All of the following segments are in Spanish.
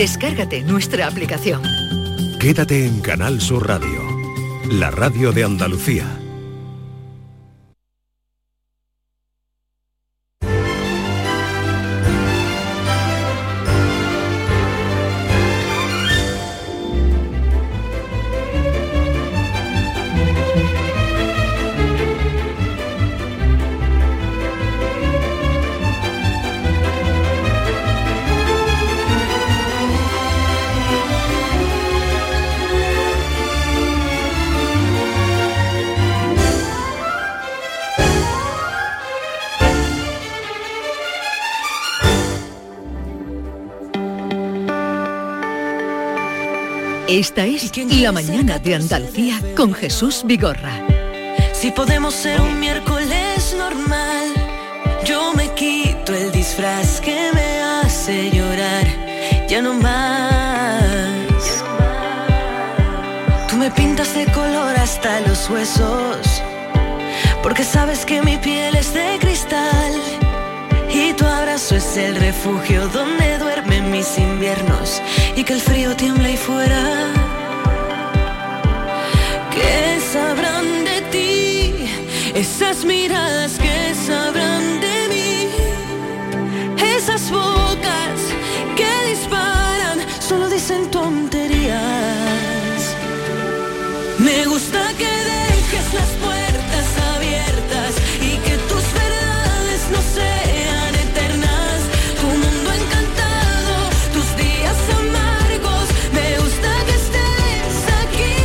Descárgate nuestra aplicación. Quédate en Canal Sur Radio, la radio de Andalucía. Esta es La Mañana de Andalucía con Jesús Vigorra. Si podemos ser un miércoles normal, yo me quito el disfraz que me hace llorar. Ya no más. Tú me pintas de color hasta los huesos, porque sabes que mi piel es de cristal. Y tu abrazo es el refugio donde duermen mis inviernos, y que el frío tiembla ahí fuera. ¿Qué sabrán de ti esas miradas? ¿Qué sabrán de mí esas bocas que disparan? Solo dicen tonterías. Me gusta que dejes las puertas abiertas y que tus verdades no sean eternas. Tu mundo encantado, tus días amargos. Me gusta que estés aquí,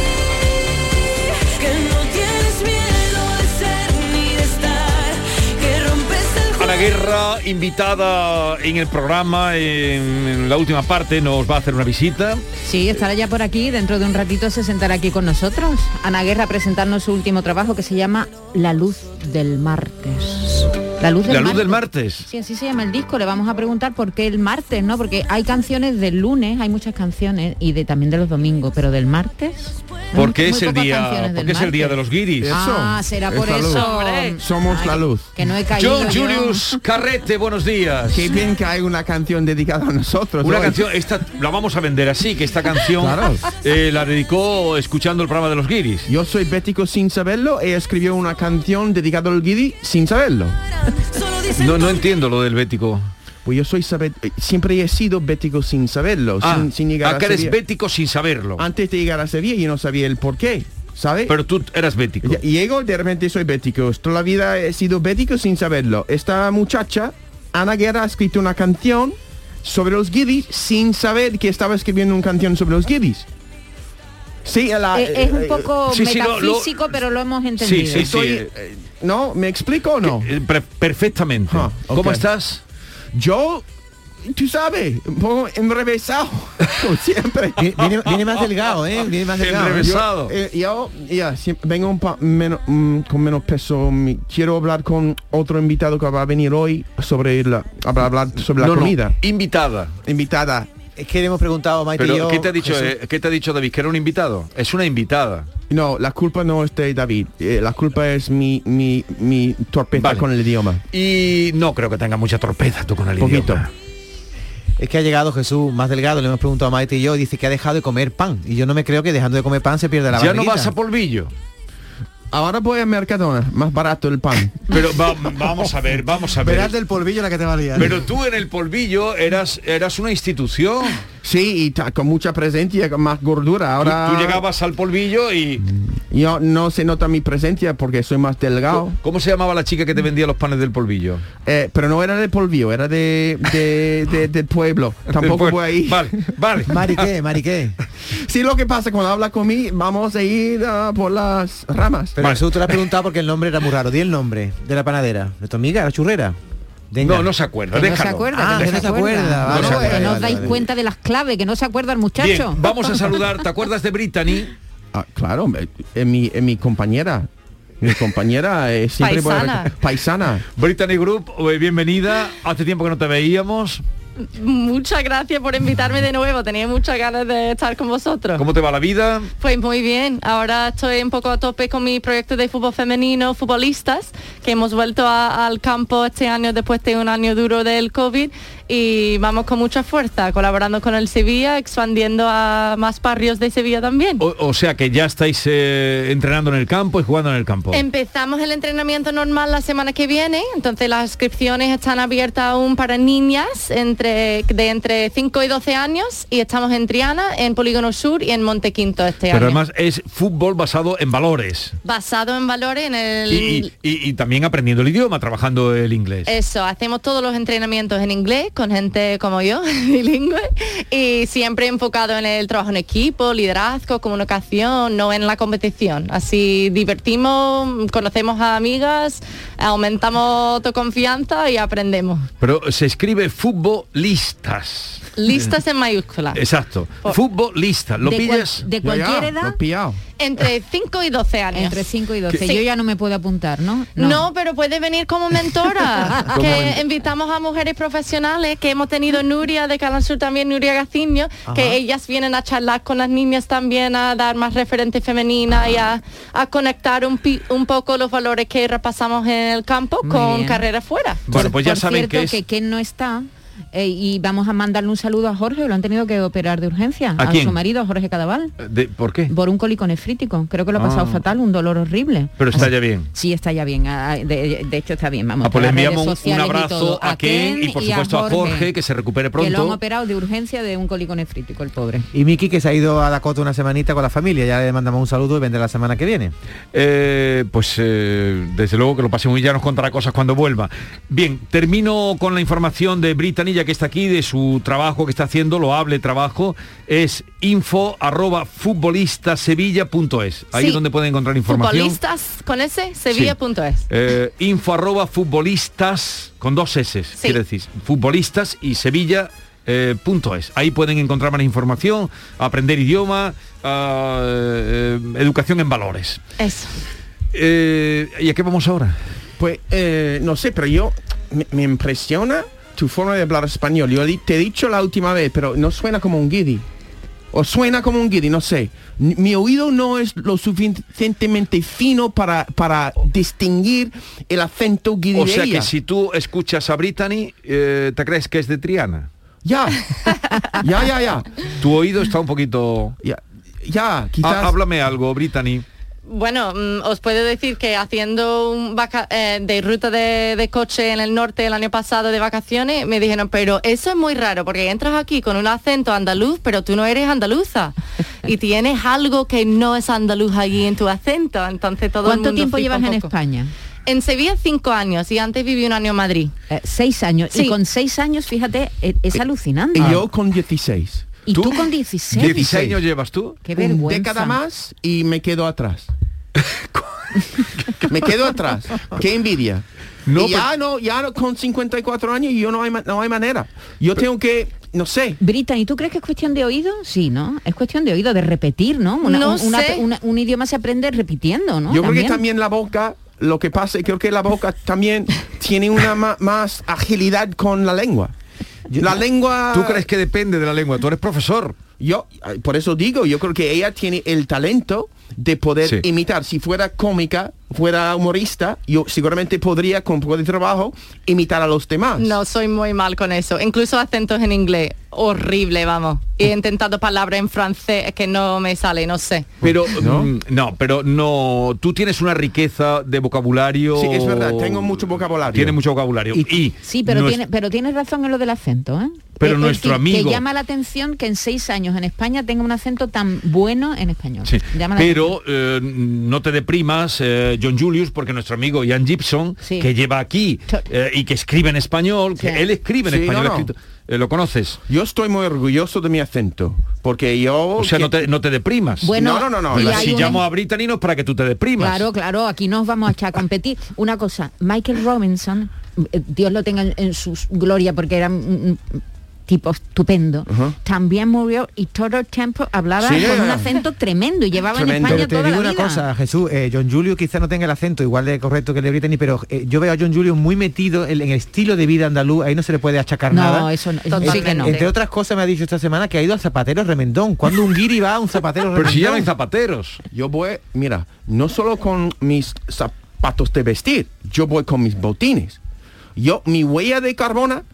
que no tienes miedo de ser ni de estar, que rompes el juego. Ana Guerra, invitada en el programa, en la última parte nos va a hacer una visita. Sí, estará ya por aquí, dentro de un ratito se sentará aquí con nosotros. Ana Guerra a presentarnos su último trabajo que se llama La Luz del Martes. La Luz del Martes. Sí, así se llama el disco. Le vamos a preguntar por qué el martes, ¿no? Porque hay canciones del lunes, hay muchas canciones, y también de los domingos, pero del martes... Porque es el día, porque es el día de los guiris. Ah, será por eso. Somos la luz. Que no he caído. John Julius Carrete, buenos días. Qué bien que hay una canción dedicada a nosotros. Una canción, esta la vamos a vender así, que esta canción la dedicó escuchando el programa de los guiris. Yo soy bético sin saberlo y escribió una canción dedicada al guiri sin saberlo. No entiendo lo del bético. Pues yo siempre he sido bético sin saberlo, sin llegar a que eres Sevilla. Bético sin saberlo. Antes de llegar a Sevilla yo no sabía el porqué, ¿sabes? Pero tú eras bético. Y llego, de repente soy bético. Toda la vida he sido bético sin saberlo. Esta muchacha, Ana Guerra, ha escrito una canción sobre los guiris sin saber que estaba escribiendo una canción sobre los guiris. Sí, es un poco metafísico, pero lo hemos entendido. ¿No? ¿Me explico o no? Perfectamente. Okay. ¿Cómo estás? Yo, tú sabes, un poco enrevesado, como siempre. Viene más delgado, Viene más delgado. Enrevesado. Yo vengo con menos peso. Quiero hablar con otro invitado que va a venir hoy sobre hablar sobre la comida. Invitada. Es que le hemos preguntado a Maite y yo... ¿Qué te ha dicho David? ¿Que era un invitado? Es una invitada. No, la culpa no es de David. La culpa es mi torpeza con el idioma. Y no creo que tenga mucha torpeza tú con el idioma. Es que ha llegado Jesús más delgado, le hemos preguntado a Maite y yo, y dice que ha dejado de comer pan. Y yo no me creo que dejando de comer pan se pierda la barriguita. ¿Ya no vas a Polvillo? Ahora voy a Mercadona, más barato el pan. Pero vamos a ver. Verás del Polvillo la que te valía. Pero tú en el Polvillo eras una institución. Sí, y con mucha presencia, con más gordura. Ahora tú llegabas al Polvillo y... Yo no se nota mi presencia porque soy más delgado. ¿Cómo se llamaba la chica que te vendía los panes del Polvillo? Pero no era del Polvillo, era del pueblo. Tampoco fue ahí. Vale. Mariqué. Sí, lo que pasa cuando habla conmigo, vamos a ir por las ramas. Pero Jesús te lo has preguntado porque el nombre era muy raro. Di el nombre de la panadera, de tu amiga, la churrera. Venga. No se acuerda, déjalo. No se acuerda. Que no os dais cuenta de las claves, que no se acuerda el muchacho. Bien, vamos a saludar. ¿Te acuerdas de Brittany? Claro, mi compañera. Mi compañera es siempre paisana. Brittany Group, bienvenida. Hace tiempo que no te veíamos. Muchas gracias por invitarme de nuevo. Tenía muchas ganas de estar con vosotros. ¿Cómo te va la vida? Pues muy bien. Ahora estoy un poco a tope con mi proyecto de fútbol femenino, futbolistas, que hemos vuelto al campo este año después de un año duro del COVID. y vamos con mucha fuerza, colaborando con el Sevilla, expandiendo a más barrios de Sevilla también. O sea que ya estáis entrenando en el campo y jugando en el campo. Empezamos el entrenamiento normal la semana que viene, entonces las inscripciones están abiertas aún para niñas entre 5 y 12 años y estamos en Triana, en Polígono Sur y en Montequinto este año. Pero además es fútbol basado en valores. Basado en valores en el... Y también aprendiendo el idioma, trabajando el inglés. Eso, hacemos todos los entrenamientos en inglés con gente como yo, bilingüe, y siempre enfocado en el trabajo en equipo, liderazgo, comunicación, no en la competición. Así divertimos, conocemos a amigas, aumentamos autoconfianza y aprendemos. Pero se escribe futbolistas. Listas en mayúscula. Exacto. Futbolistas. ¿Lo pillas? ¿De cualquier edad? Lo he pillado. Entre 5 y 12 años. Entre 5 y 12. Sí. Yo ya no me puedo apuntar, ¿no? No, pero puede venir como mentora. Que invitamos a mujeres profesionales, que hemos tenido Nuria de Canal Sur también, Nuria Gaciño, que ellas vienen a charlar con las niñas también, a dar más referente femenina y a conectar un poco los valores que repasamos en el campo con carrera fuera. Bueno, pues ya por saben cierto, que es... Ken no está. Y vamos a mandarle un saludo a Jorge, lo han tenido que operar de urgencia. ¿A quién? Su marido, a Jorge Cadaval. ¿Por qué? Por un cólico nefrítico. Creo que lo ha pasado fatal, un dolor horrible. Pero está ya bien. Sí, está ya bien. De hecho está bien. Vamos, pues le las redes enviamos un sociales abrazo a Ken y por supuesto a Jorge, que se recupere pronto. Que lo han operado de urgencia de un cólico nefrítico, el pobre. Y Miki, que se ha ido a Dakota una semanita con la familia, ya le mandamos un saludo y vendrá la semana que viene. Desde luego que lo pase muy bien, ya nos contará cosas cuando vuelva. Bien, termino con la información de Brittany, ya que está aquí, de su trabajo que está haciendo, loable trabajo, es info@futbolistasevilla.es. Ahí es donde pueden encontrar información. Futbolistas con ese, sevilla.es. Info@futbolistas con 2 S, quiere decir, futbolistas y Sevilla. .es. Ahí pueden encontrar más información, aprender idioma, educación en valores. Eso. ¿Y a qué vamos ahora? Pues no sé, pero yo me impresiona tu forma de hablar español. Yo te he dicho la última vez, pero no suena como un guiri. O suena como un guiri, no sé. Mi oído no es lo suficientemente fino para distinguir el acento guiri. O sea que si tú escuchas a Brittany, ¿te crees que es de Triana? Ya. Tu oído está un poquito... Ya, quizás... Háblame algo, Brittany. Bueno, os puedo decir que haciendo de ruta de coche en el norte el año pasado de vacaciones, me dijeron, pero eso es muy raro, porque entras aquí con un acento andaluz, pero tú no eres andaluza. Y tienes algo que no es andaluz allí en tu acento. Entonces todo ¿Cuánto el mundo tiempo llevas flipa en un poco. España? En Sevilla 5 años y antes viví un año en Madrid. 6 años. Sí. Y con 6 años, fíjate, es alucinante. Y yo con 16. ¿Y tú con 16? 16 años llevas tú. Qué vergüenza. Década más y me quedo atrás. Me quedo atrás. Qué envidia. No, y ya no, con 54 años y yo no hay manera. Yo tengo que, no sé. Brittany, ¿tú crees que es cuestión de oído? Sí, ¿no? Es cuestión de oído, de repetir, ¿no? Un idioma se aprende repitiendo, ¿no? Yo creo que también la boca, lo que pasa, creo que la boca también tiene una más agilidad con la lengua. La lengua... ¿Tú crees que depende de la lengua? Tú eres profesor. Yo, por eso digo, yo creo que ella tiene el talento de poder imitar. Si fuera cómica, fuera humorista, yo seguramente podría, con un poco de trabajo, imitar a los demás. No, soy muy mal con eso. Incluso acentos en inglés. Horrible, vamos. He intentado palabras en francés que no me sale, no sé. Pero no, tú tienes una riqueza de vocabulario. Sí, es verdad, tengo mucho vocabulario. Tiene mucho vocabulario. Sí, pero tienes razón en lo del acento, ¿eh? Pero nuestro amigo... Que llama la atención que en 6 años en España tenga un acento tan bueno en español. Sí. Pero no te deprimas, John Julius, porque nuestro amigo Ian Gibson, que lleva aquí y que escribe en español, que él escribe en español. ¿Lo conoces? Yo estoy muy orgulloso de mi acento, porque yo... O sea, no te deprimas. Bueno, no. Si llamo a Brittany no es para que tú te deprimas. Claro, aquí nos vamos a echar a competir. Una cosa, Michael Robinson, Dios lo tenga en su gloria, porque era un tipo estupendo, también murió y todo el tiempo hablaba con un acento tremendo y llevaba en España toda la vida. Te digo una cosa, Jesús, John Julius quizá no tenga el acento igual de correcto que el de Brittany, pero yo veo a John Julius muy metido en el estilo de vida andaluz, ahí no se le puede achacar nada. No, eso sí que no. Entre otras cosas me ha dicho esta semana que ha ido al zapatero Remendón. ¿Cuándo un guiri va a un zapatero Remendón? Pero si ya no hay zapateros. Yo voy, mira, no solo con mis zapatos de vestir, yo voy con mis botines. Mi huella de carbono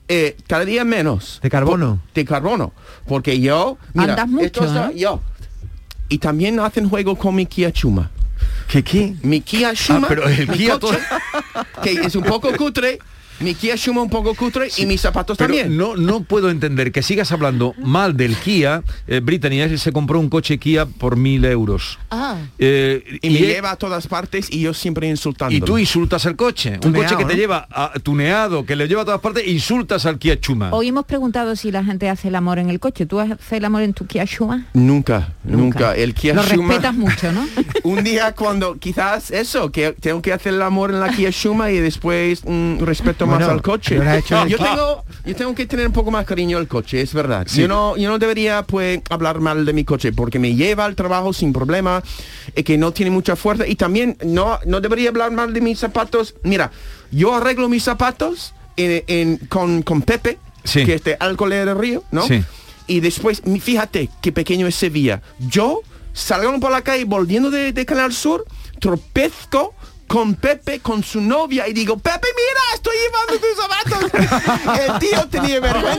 cada día menos. ¿De carbono? De carbono. Porque yo... Mira, andas mucho, ¿no? Yo. Y también hacen juego con mi Kia Chuma. ¿Qué? Mi Kia Chuma. Pero el Kia coche, que es un poco cutre. Mi Kia Chuma un poco cutre y mis zapatos pero también. No puedo entender que sigas hablando mal del Kia. Brittany se compró un coche Kia por 1.000 euros. Y me lleva a todas partes y yo siempre insultando. Y tú insultas al coche. Tuneado, un coche que te ¿no? lleva tuneado, que le lleva a todas partes, insultas al Kia Chuma. Hoy hemos preguntado si la gente hace el amor en el coche. ¿Tú haces el amor en tu Kia Chuma? Nunca. El Kia Lo Chuma. respetas mucho, ¿no? Un día cuando quizás eso, que tengo que hacer el amor en la Kia Chuma y después respeto más al coche. Yo tengo que tener un poco más cariño al coche, es verdad. Sí. Yo no debería pues hablar mal de mi coche porque me lleva al trabajo sin problema, que no tiene mucha fuerza y también no debería hablar mal de mis zapatos. Mira, yo arreglo mis zapatos con Pepe, sí, que es de Alcolea del Río, ¿no? Sí. Y después, fíjate qué pequeño es Sevilla. Yo salgo por la calle volviendo de Canal Sur, tropezco con Pepe, con su novia, y digo, Pepe, mira, estoy llevando tus zapatos. El tío tenía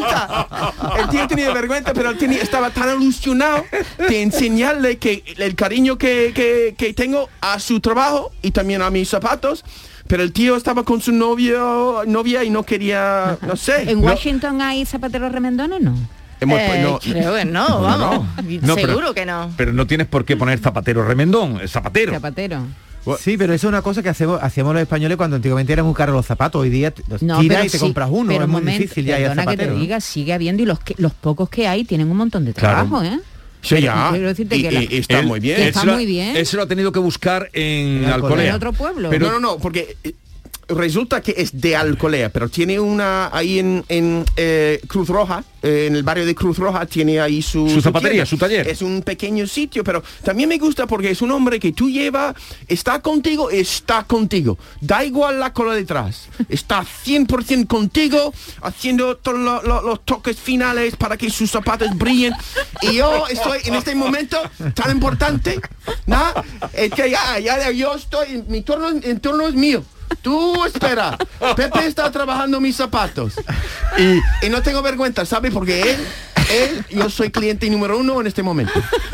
vergüenza, pero estaba tan ilusionado de enseñarle que el cariño que tengo a su trabajo y también a mis zapatos. Pero el tío estaba con su novia y no quería, no sé. ¿En Washington hay zapateros remendones, no? Creo que no, vamos. Seguro que no. Pero no tienes por qué poner zapatero remendón, es zapatero. Sí, pero eso es una cosa que hacíamos los españoles cuando antiguamente eran muy caros los zapatos. Hoy día los tiras y te compras uno. Pero es muy difícil ya ir a que te diga, sigue habiendo y los pocos que hay tienen un montón de trabajo, ¿eh? Sí, ya. Quiero decirte que está muy bien. Está muy bien. Eso lo ha tenido que buscar en Alcolea. En otro pueblo. Pero no, porque resulta que es de Alcolea, pero tiene una ahí en Cruz Roja, en el barrio de Cruz Roja, tiene ahí su zapatería, tienda. su taller. Es un pequeño sitio, pero también me gusta porque es un hombre que tú llevas, está contigo. Da igual la cola detrás. Está 100% contigo, haciendo todos los toques finales para que sus zapatos brillen. Y yo estoy en este momento tan importante, ¿no? Es que ya yo estoy, el turno es mío. Tú espera, Pepe está trabajando mis zapatos y no tengo vergüenza, ¿sabes? Porque yo soy cliente número 1 en este momento.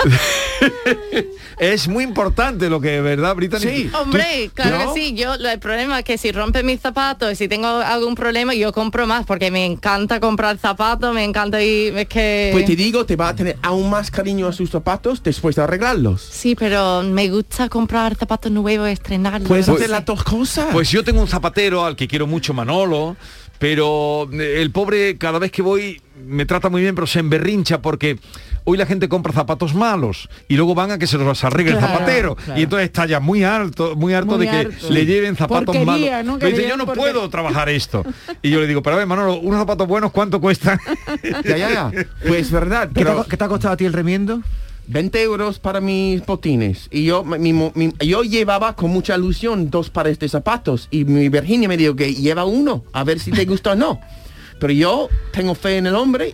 Es muy importante lo que, ¿verdad, Brittany? Sí. Hombre, claro que sí. El problema es que si rompe mis zapatos y si tengo algún problema, yo compro más porque me encanta comprar zapatos, me encanta y es que... Pues te digo, te va a tener aún más cariño a sus zapatos después de arreglarlos. Sí, pero me gusta comprar zapatos nuevos y estrenarlos. Puedes hacer las dos cosas. Pues yo tengo un zapatero al que quiero mucho, Manolo, pero el pobre cada vez que voy me trata muy bien, pero se emberrincha porque hoy la gente compra zapatos malos y luego van a que se los arregle el zapatero. Y entonces está ya muy harto de que le lleven zapatos malos. ¿no? Dice, yo no puedo trabajar esto. Y yo le digo, pero a ver, Manolo, unos zapatos buenos, ¿cuánto cuestan? Ya. Pues verdad. ¿Qué te ha costado a ti el remiendo? 20 euros para mis botines. Y yo llevaba con mucha ilusión 2 pares de zapatos. Y mi Virginia me dijo que lleva uno, a ver si te gusta o no. Pero yo tengo fe en el hombre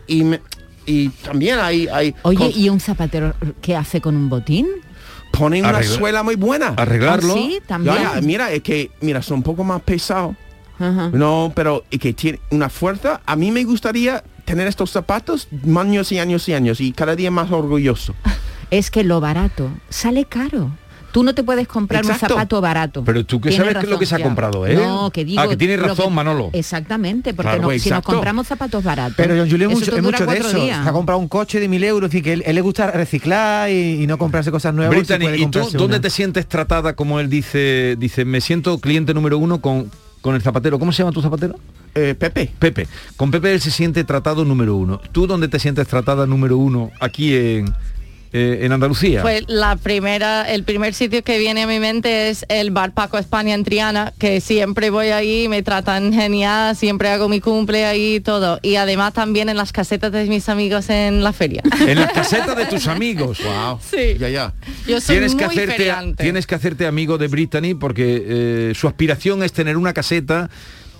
y también hay... Oye, ¿y un zapatero qué hace con un botín? Ponen una suela muy buena. Arreglarlo. Sí, también. Mira, son un poco más pesados. Ajá. No, pero que tiene una fuerza. A mí me gustaría tener estos zapatos años y años y años y cada día más orgulloso. Es que lo barato sale caro. Tú no te puedes comprar un zapato barato. Pero tú que sabes qué es lo que se ha comprado, ¿eh? No, que digo... que tienes razón, Manolo. Exactamente, porque si nos compramos zapatos baratos... Pero John Julio es mucho de eso. Días. Se ha comprado un coche de 1.000 euros y que él le gusta reciclar y no comprarse cosas nuevas. Brittany, ¿y tú dónde te sientes tratada, como él dice, me siento cliente número 1 con el zapatero? ¿Cómo se llama tu zapatero? Pepe. Con Pepe él se siente tratado número 1. ¿Tú dónde te sientes tratada número 1 aquí en Andalucía? Pues el primer sitio que viene a mi mente es el bar Paco España en Triana, que siempre voy ahí, me tratan genial, siempre hago mi cumple ahí y todo. Y además también en las casetas de mis amigos en la feria. En las casetas de tus amigos. Wow. Sí. Ya. Yo soy muy feriante. Tienes que hacerte amigo de Brittany porque su aspiración es tener una caseta.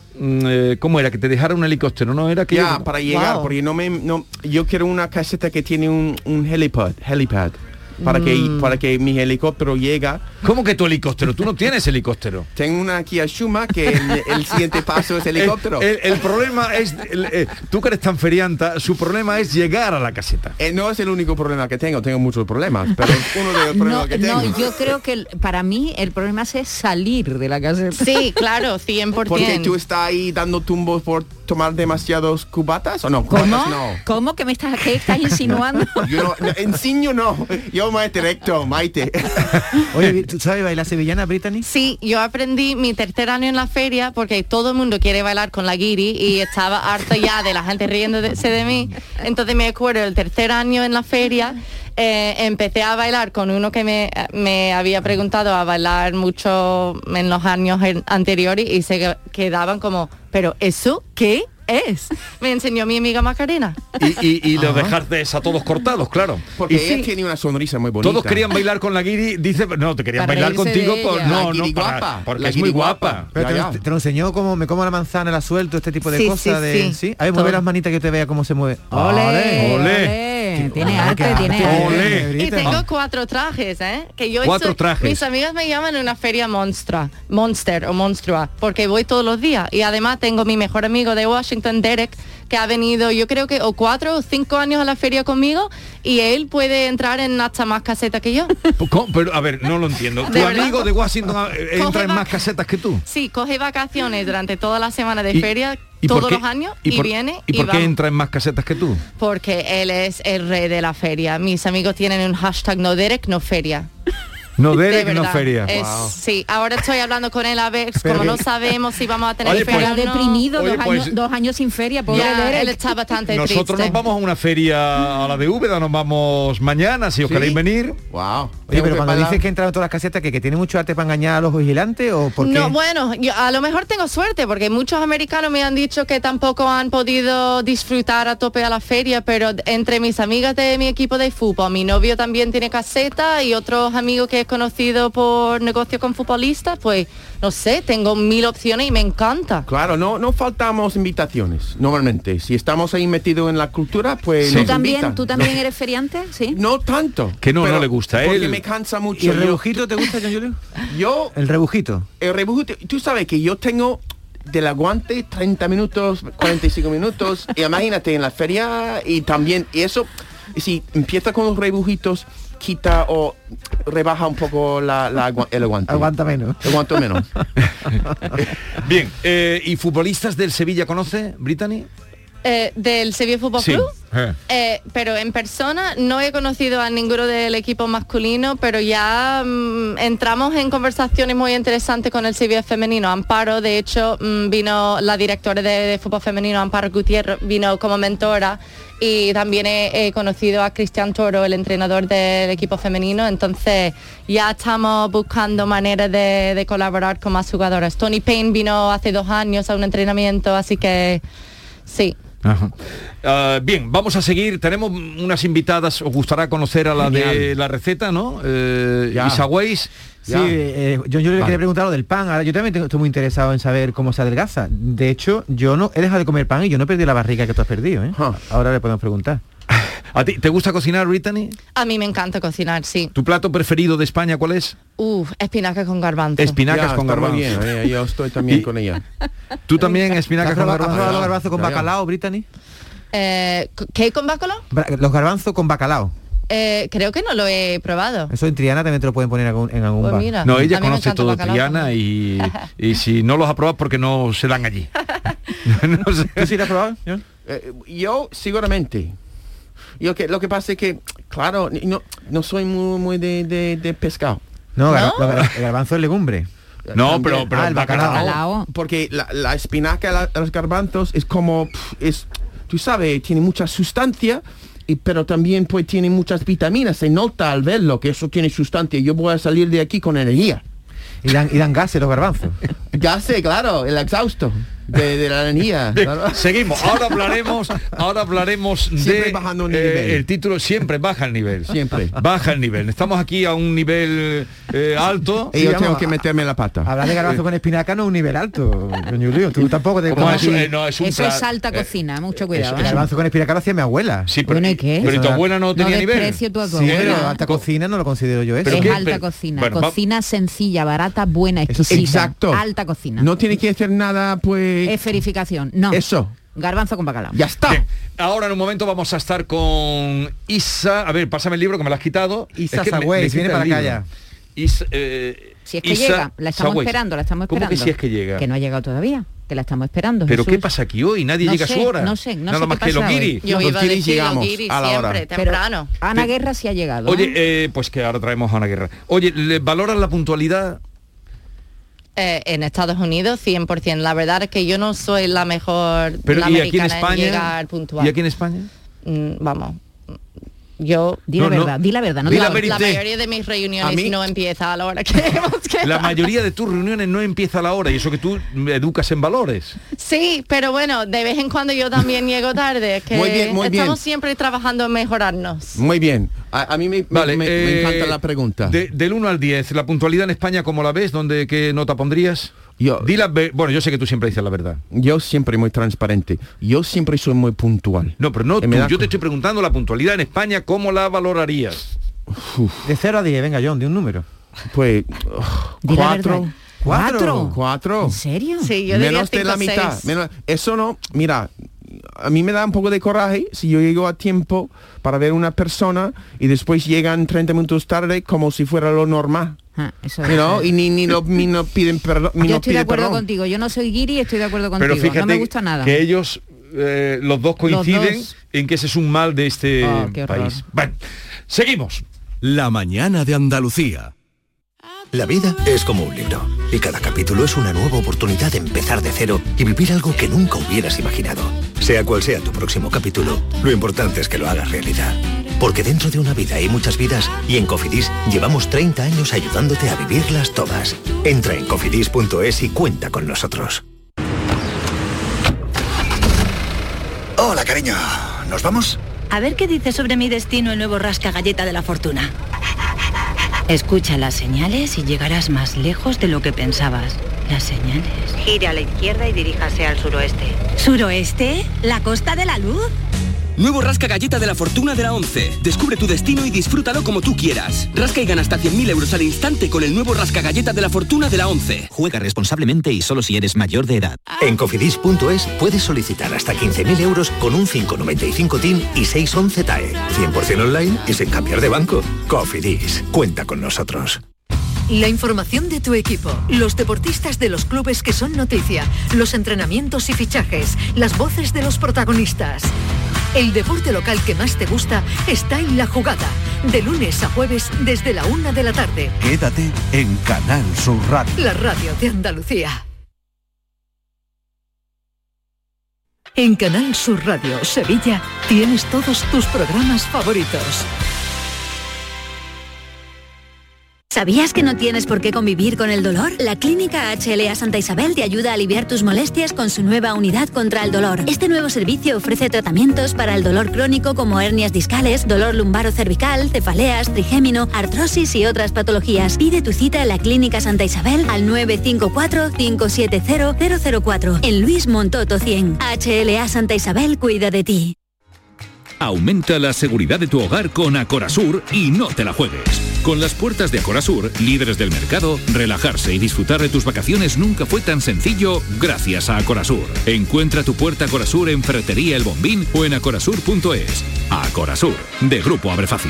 ¿Cómo era? Que te dejara un helicóptero, ¿no? Era que para llegar, porque yo quiero una caseta que tiene un helipad. para que mi helicóptero llega. ¿Cómo que tu helicóptero? Tú no tienes helicóptero. Tengo una Kia Shuma que el siguiente paso es helicóptero. El problema es, tú que eres tan ferianta, su problema es llegar a la caseta. No es el único problema que tengo muchos problemas, pero es uno de los problemas que tengo. No, yo creo que para mí el problema es salir de la caseta. Sí, claro, 100%. Porque tú estás ahí dando tumbos por tomar demasiados cubatas, ¿o no? ¿Cómo? No. ¿Cómo? ¿Qué estás insinuando? Yo no, enseño no. Yo más directo, Maite. Oye, ¿tú sabes bailar sevillana, Brittany? Sí, yo aprendí mi tercer año en la feria porque todo el mundo quiere bailar con la guiri y estaba harta ya de la gente riéndose de mí. Entonces me acuerdo el tercer año en la feria, empecé a bailar con uno que me había preguntado a bailar mucho en los años anteriores y se quedaban como, ¿pero eso qué es? Me enseñó mi amiga Macarena. Y lo dejaste a todos cortados, claro. Porque y ella tiene una sonrisa muy bonita. Todos querían bailar con la guiri, dice, no, te querían bailar contigo porque la es muy guapa. Pero te lo enseñó como me como la manzana, la suelto, este tipo de cosas. Sí. A ver, mueve las manitas que te vea cómo se mueve. ¡Ole! Tiene arte, tiene arte. Y tengo 4 trajes, que yo 4 trajes. Mis amigas me llaman una feria monster o monstrua, porque voy todos los días. Y además tengo mi mejor amigo de Washington, Derek, que ha venido, yo creo que o 4 o 5 años a la feria conmigo, y él puede entrar en hasta más casetas que yo. ¿Cómo? Pero a ver, no lo entiendo. ¿Tu amigo de Washington entra en más casetas que tú? Sí, coge vacaciones durante toda la semana de feria. Todos los años y viene ¿Y por qué entra en más casetas que tú? Porque él es el rey de la feria. Mis amigos tienen un hashtag no Derek, no feria. No Derek, no feria. Wow. Sí, ahora estoy hablando con él a ver, como no sabemos si vamos a tener feria o no. Deprimido, 2 años sin feria, pobre Derek. Él está bastante triste. Nosotros nos vamos a una feria a la de Úbeda, nos vamos mañana, si os queréis venir. Wow. Oye, pero cuando dices que entran en todas las casetas, que tiene mucho arte para engañar a los vigilantes, ¿o por qué? No, bueno, yo a lo mejor tengo suerte, porque muchos americanos me han dicho que tampoco han podido disfrutar a tope a la feria, pero entre mis amigas de mi equipo de fútbol, mi novio también tiene caseta y otros amigos que he conocido por negocios con futbolistas, pues no sé, tengo 1000 opciones y me encanta. Claro, no faltamos invitaciones, normalmente. Si estamos ahí metidos en la cultura, pues ¿Tú también eres feriante? Sí. No tanto. Que no le gusta a él. Porque me cansa mucho. ¿Y el rebujito te gusta, John Julio? El rebujito. El rebujito, tú sabes que yo tengo del aguante 30 minutos, 45 minutos. Y imagínate en la feria y también, y eso, si empieza con los rebujitos, quita o rebaja un poco el aguante. Aguanta menos. Aguanto menos. Bien, ¿y futbolistas del Sevilla conoce, Brittany? Del Sevilla Fútbol Club, pero en persona no he conocido a ninguno del equipo masculino, pero ya entramos en conversaciones muy interesantes con el Sevilla femenino. Amparo, de hecho, vino la directora de fútbol femenino, Amparo Gutiérrez, vino como mentora, y también he conocido a Cristian Toro, el entrenador del equipo femenino. Entonces ya estamos buscando maneras de colaborar con más jugadoras. Tony Payne vino hace 2 años a un entrenamiento, así que sí. Bien, vamos a seguir. Tenemos unas invitadas. Os gustará conocer a la de la receta, ¿no? Isa Weiss. Sí, yo le quería preguntar lo del pan. Ahora yo también estoy muy interesado en saber cómo se adelgaza. De hecho, yo no he dejado de comer pan y yo no perdí la barriga que tú has perdido, ¿eh? Ahora le podemos preguntar. ¿A ti te gusta cocinar, Brittany? A mí me encanta cocinar, sí. ¿Tu plato preferido de España cuál es? Espinacas con garbanzo. Espinacas con garbanzo. Bien, yo estoy también con ella. ¿Tú también espinacas con garbanzo? ¿Has probado los garbanzos con bacalao, Brittany? ¿Qué con bacalao? Los garbanzos con bacalao. Creo que no lo he probado. Eso en Triana también te lo pueden poner en algún bar. Mira, no, ella conoce todo Triana y si no los ha probado porque no se dan allí. No sé. ¿Tú sí lo has probado? Yo seguramente. Lo que pasa es que, claro, no soy muy de pescado. No, el garbanzo es legumbre. No, pero el bacalao. Porque la espinaca, los garbanzos es como, tú sabes, tiene mucha sustancia, pero también pues tiene muchas vitaminas. Se nota al verlo que eso tiene sustancia. Yo voy a salir de aquí con energía. Y dan gases los garbanzos. Gases, claro, el exhausto. de la anilla. Seguimos, ahora hablaremos siempre de bajando un nivel. El título siempre baja el nivel. Siempre. Baja el nivel. Estamos aquí a un nivel alto. Y yo tengo que meterme la pata. Hablar de garbanzo con espinaca no es un nivel alto, don Julio. Tú tampoco te No, comes eso es alta cocina, mucho cuidado. El garbanzo con espinaca lo hacía mi abuela. Sí, pero, ¿y qué? pero tu abuela no tenía nivel. Desprecio tu Sí, abuela. pero alta cocina no lo considero yo eso. Es ¿qué? alta cocina. Bueno, Cocina sencilla, barata, buena, exquisita. Exacto. Alta cocina. No tiene que hacer nada, pues... Esferificación. No. Eso. Garbanzo con bacalao. Ya está. Bien, ahora en un momento vamos a estar con Isa. A ver, pásame el libro que me lo has quitado. Isa Es que Sagüey, viene para acá ya. Isa, Si es que Isa llega, la estamos Sagüey. esperando, la estamos esperando. ¿Cómo que si es que llega? Que no ha llegado todavía, que la estamos esperando. ¿Pero Jesús. qué pasa aquí hoy? Nadie No llega a sé, su hora. no sé Nada qué más que pasa los hoy. guiris. Yo iba a guiris decir llegamos los guiris a la hora. siempre, Pero temprano. Ana Guerra sí ha llegado. Oye, pues que ahora traemos a Ana Guerra. Oye, ¿valoran la puntualidad? En Estados Unidos 100%. La verdad es que yo no soy la mejor Pero la ¿y aquí en americana España? llegar puntual. ¿Y aquí en España? Vamos. Yo Di la verdad, di la verdad. No Di te la la- verité. la mayoría de mis ¿A reuniones mí? no empieza a la hora que hemos quedado. La mayoría de tus reuniones no empieza a la hora y eso que tú educas en valores. Sí, pero bueno, de vez en cuando yo también llego tarde. Que Muy bien, muy bien. estamos siempre trabajando en mejorarnos. Muy bien. A mí me encanta la pregunta. Del 1 al 10, la puntualidad en España, ¿cómo la ves? ¿Qué nota pondrías? Bueno, yo sé que tú siempre dices la verdad. Yo siempre muy transparente. Yo siempre soy muy puntual. No, pero no Y tú. me da Yo te estoy preguntando la puntualidad en España, ¿cómo la valorarías? De 0 a 10, venga John, de un número. Pues Di la verdad. 4. 4. ¿En serio? Sí, yo diría Menos de la 5, mitad. 6. Eso no, mira, a mí me da un poco de coraje si yo llego a tiempo para ver una persona y después llegan 30 minutos tarde como si fuera lo normal. Eso You know, y ni no piden perdón. Yo estoy de acuerdo contigo. Yo no soy guiri y estoy de acuerdo contigo. Pero fíjate no me gusta nada. que ellos, los dos coinciden Los dos. en que ese es un mal de este Qué horror. país. Bueno, seguimos. La mañana de Andalucía. La vida es como un libro y cada capítulo es una nueva oportunidad de empezar de cero y vivir algo que nunca hubieras imaginado. Sea cual sea tu próximo capítulo, lo importante es que lo hagas realidad. Porque dentro de una vida hay muchas vidas y en Cofidis llevamos 30 años ayudándote a vivirlas todas. Entra en cofidis.es y cuenta con nosotros. Hola, cariño. ¿Nos vamos? A ver qué dice sobre mi destino el nuevo rasca galleta de la fortuna. Escucha las señales y llegarás más lejos de lo que pensabas. Las señales. Gire a la izquierda y diríjase al suroeste. ¿Suroeste? ¿La costa de la luz? Nuevo rasca galleta de la fortuna de la 11. Descubre tu destino y disfrútalo como tú quieras. Rasca y gana hasta 100.000 euros al instante con el nuevo rasca galleta de la fortuna de la 11. Juega responsablemente y solo si eres mayor de edad. En cofidis.es puedes solicitar hasta 15.000 euros con un 595 TIN y 611 TAE. 100% online y sin cambiar de banco. Cofidis. Cuenta con nosotros. La información de tu equipo, los deportistas de los clubes que son noticia, los entrenamientos y fichajes, las voces de los protagonistas. El deporte local que más te gusta está en La Jugada, de lunes a jueves desde la 1 de la tarde. Quédate en Canal Sur Radio. La radio de Andalucía. En Canal Sur Radio Sevilla tienes todos tus programas favoritos. ¿Sabías que no tienes por qué convivir con el dolor? La Clínica HLA Santa Isabel te ayuda a aliviar tus molestias con su nueva unidad contra el dolor. Este nuevo servicio ofrece tratamientos para el dolor crónico como hernias discales, dolor lumbaro cervical, cefaleas, trigémino, artrosis y otras patologías. Pide tu cita en la Clínica Santa Isabel al 954-570-004 en Luis Montoto 100. HLA Santa Isabel cuida de ti. Aumenta la seguridad de tu hogar con Acorasur y no te la juegues. Con las puertas de Acorasur, líderes del mercado, relajarse y disfrutar de tus vacaciones nunca fue tan sencillo gracias a Acorasur. Encuentra tu puerta Acorasur en Ferretería El Bombín o en acorasur.es. Acorasur, de Grupo Abre Fácil.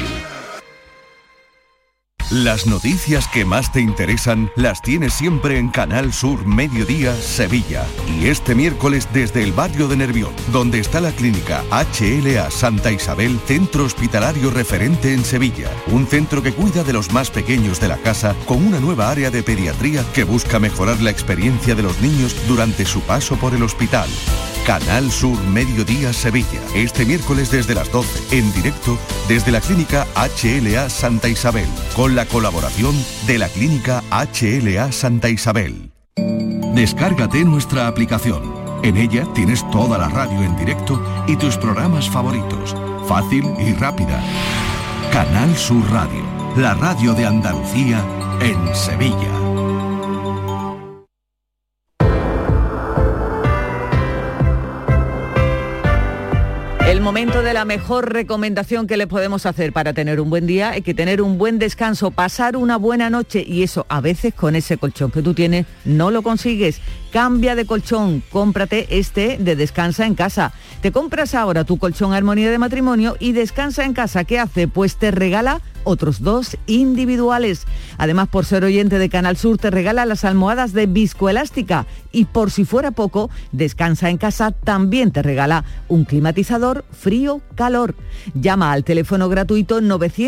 Las noticias que más te interesan las tienes siempre en Canal Sur Mediodía Sevilla. Y este miércoles desde el barrio de Nervión, donde está la clínica HLA Santa Isabel, centro hospitalario referente en Sevilla. Un centro que cuida de los más pequeños de la casa con una nueva área de pediatría que busca mejorar la experiencia de los niños durante su paso por el hospital. Canal Sur Mediodía Sevilla. Este miércoles desde las 12, en directo desde la clínica HLA Santa Isabel, con la colaboración de la clínica HLA Santa Isabel. Descárgate nuestra aplicación. En ella tienes toda la radio en directo y tus programas favoritos, fácil y rápida. Canal Sur Radio, la radio de Andalucía en Sevilla. El momento de la mejor recomendación que le podemos hacer para tener un buen día es que tener un buen descanso, pasar una buena noche, y eso a veces con ese colchón que tú tienes no lo consigues. Cambia de colchón, cómprate este de Descansa en Casa. Te compras ahora tu colchón Armonía de matrimonio y Descansa en Casa, ¿qué hace? Pues te regala otros 2 individuales. Además, por ser oyente de Canal Sur, te regala las almohadas de viscoelástica, y por si fuera poco, Descansa en Casa también te regala un climatizador frío-calor. Llama al teléfono gratuito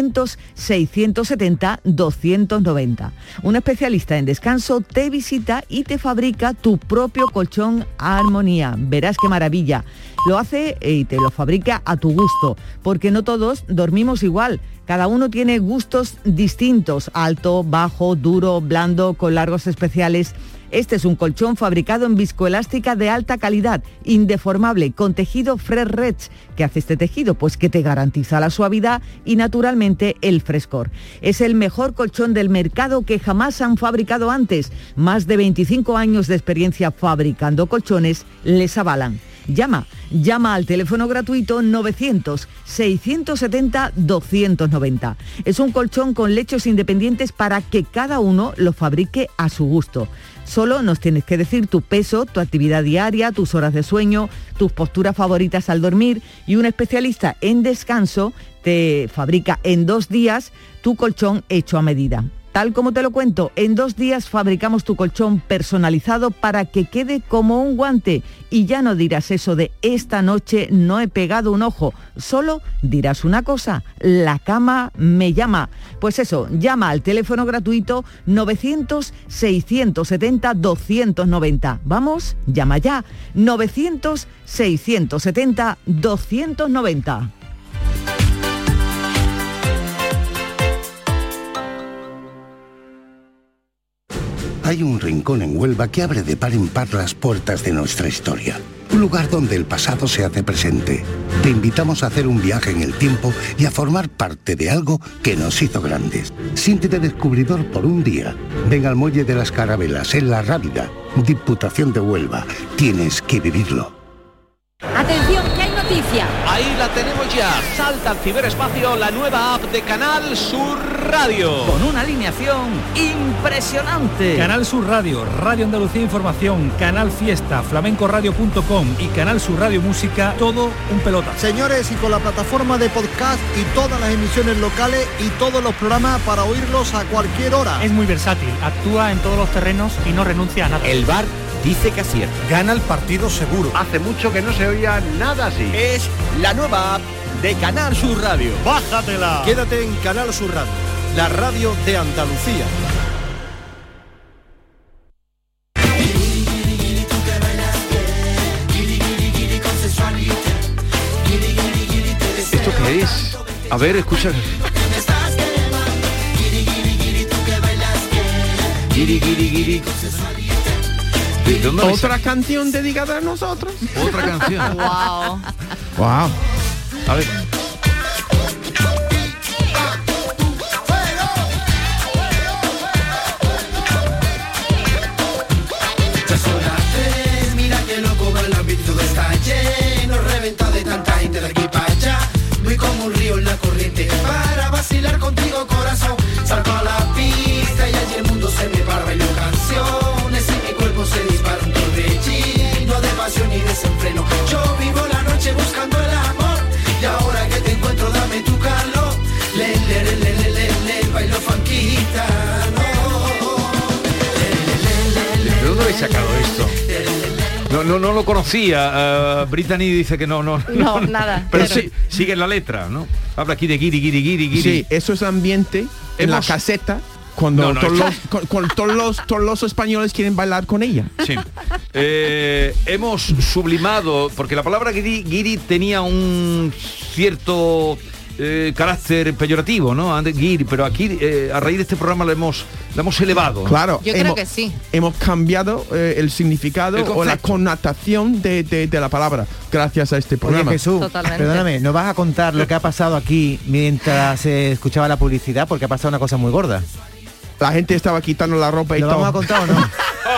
900-670-290. Un especialista en descanso te visita y te fabrica tu propio colchón Armonía. Verás qué maravilla. Lo hace y te lo fabrica a tu gusto, porque no todos dormimos igual. Cada uno tiene gustos distintos, alto, bajo, duro, blando, con largos especiales. Este es un colchón fabricado en viscoelástica de alta calidad, indeformable, con tejido Fresh Reds. ¿Qué hace este tejido? Pues que te garantiza la suavidad y naturalmente el frescor. Es el mejor colchón del mercado que jamás han fabricado antes. Más de 25 años de experiencia fabricando colchones les avalan. Llama al teléfono gratuito 900-670-290. Es un colchón con lechos independientes para que cada uno lo fabrique a su gusto. Solo nos tienes que decir tu peso, tu actividad diaria, tus horas de sueño, tus posturas favoritas al dormir, y un especialista en descanso te fabrica en 2 días tu colchón hecho a medida. Tal como te lo cuento, en 2 días fabricamos tu colchón personalizado para que quede como un guante, y ya no dirás eso de esta noche no he pegado un ojo, solo dirás una cosa: la cama me llama. Pues eso, llama al teléfono gratuito 900-670-290. Vamos, llama ya, 900-670-290. Hay un rincón en Huelva que abre de par en par las puertas de nuestra historia. Un lugar donde el pasado se hace presente. Te invitamos a hacer un viaje en el tiempo y a formar parte de algo que nos hizo grandes. Siéntete descubridor por un día. Ven al Muelle de las Carabelas, en La Rábida, Diputación de Huelva. Tienes que vivirlo. ¡Atención, que hay noticia! Ahí la tenemos ya. Salta al ciberespacio la nueva app de Canal Sur Radio. Con una alineación impresionante. Canal Sur Radio, Radio Andalucía Información, Canal Fiesta, flamencoradio.com y Canal Sur Radio Música, todo un pelota. Señores, y con la plataforma de podcast y todas las emisiones locales y todos los programas para oírlos a cualquier hora. Es muy versátil, actúa en todos los terrenos y no renuncia a nada. El bar dice que acierta. Gana el partido seguro. Hace mucho que no se oía nada así. Es la nueva app de Canal Sur Radio. ¡Bájatela! Quédate en Canal Sur Radio, la radio de Andalucía. ¿Esto qué es? A ver, escucha. Guiri, guiri, guiri. ¿Otra canción dedicada a nosotros? Otra canción. Wow. Wow. A ver. Ya son las 3, mira que loco va el ámbito, está lleno, reventa de tanta gente de aquí para allá. Voy como un río en la corriente para vacilar contigo, corazón. Salgo a la pista y allí el mundo se me para, bailo canciones y mi cuerpo se dispara un torbellino de pasión y desenfreno. Yo vivo la noche buscando el amor y ahora que te encuentro dame tu calor. Le, bailo fanquita, ¿De dónde habéis sacado esto? No lo conocía. Brittany dice que no. No, nada. Pero sí, sigue la letra, ¿no? Habla aquí de guiri, guiri, guiri, guiri. Sí, eso es ambiente en la caseta. Cuando todos los españoles quieren bailar con ella. Sí. Hemos sublimado, porque la palabra guiri tenía un cierto carácter peyorativo, ¿no? Guiri, pero aquí a raíz de este programa lo hemos elevado, ¿no? Claro. Yo creo que sí. Hemos cambiado el significado o la connotación de la palabra gracias a este programa. Oye, Jesús, Totalmente. perdóname, ¿nos vas a contar lo que ha pasado aquí mientras se escuchaba la publicidad? Porque ha pasado una cosa muy gorda. La gente estaba quitando la ropa y ¿Lo todo. vamos a contar o no?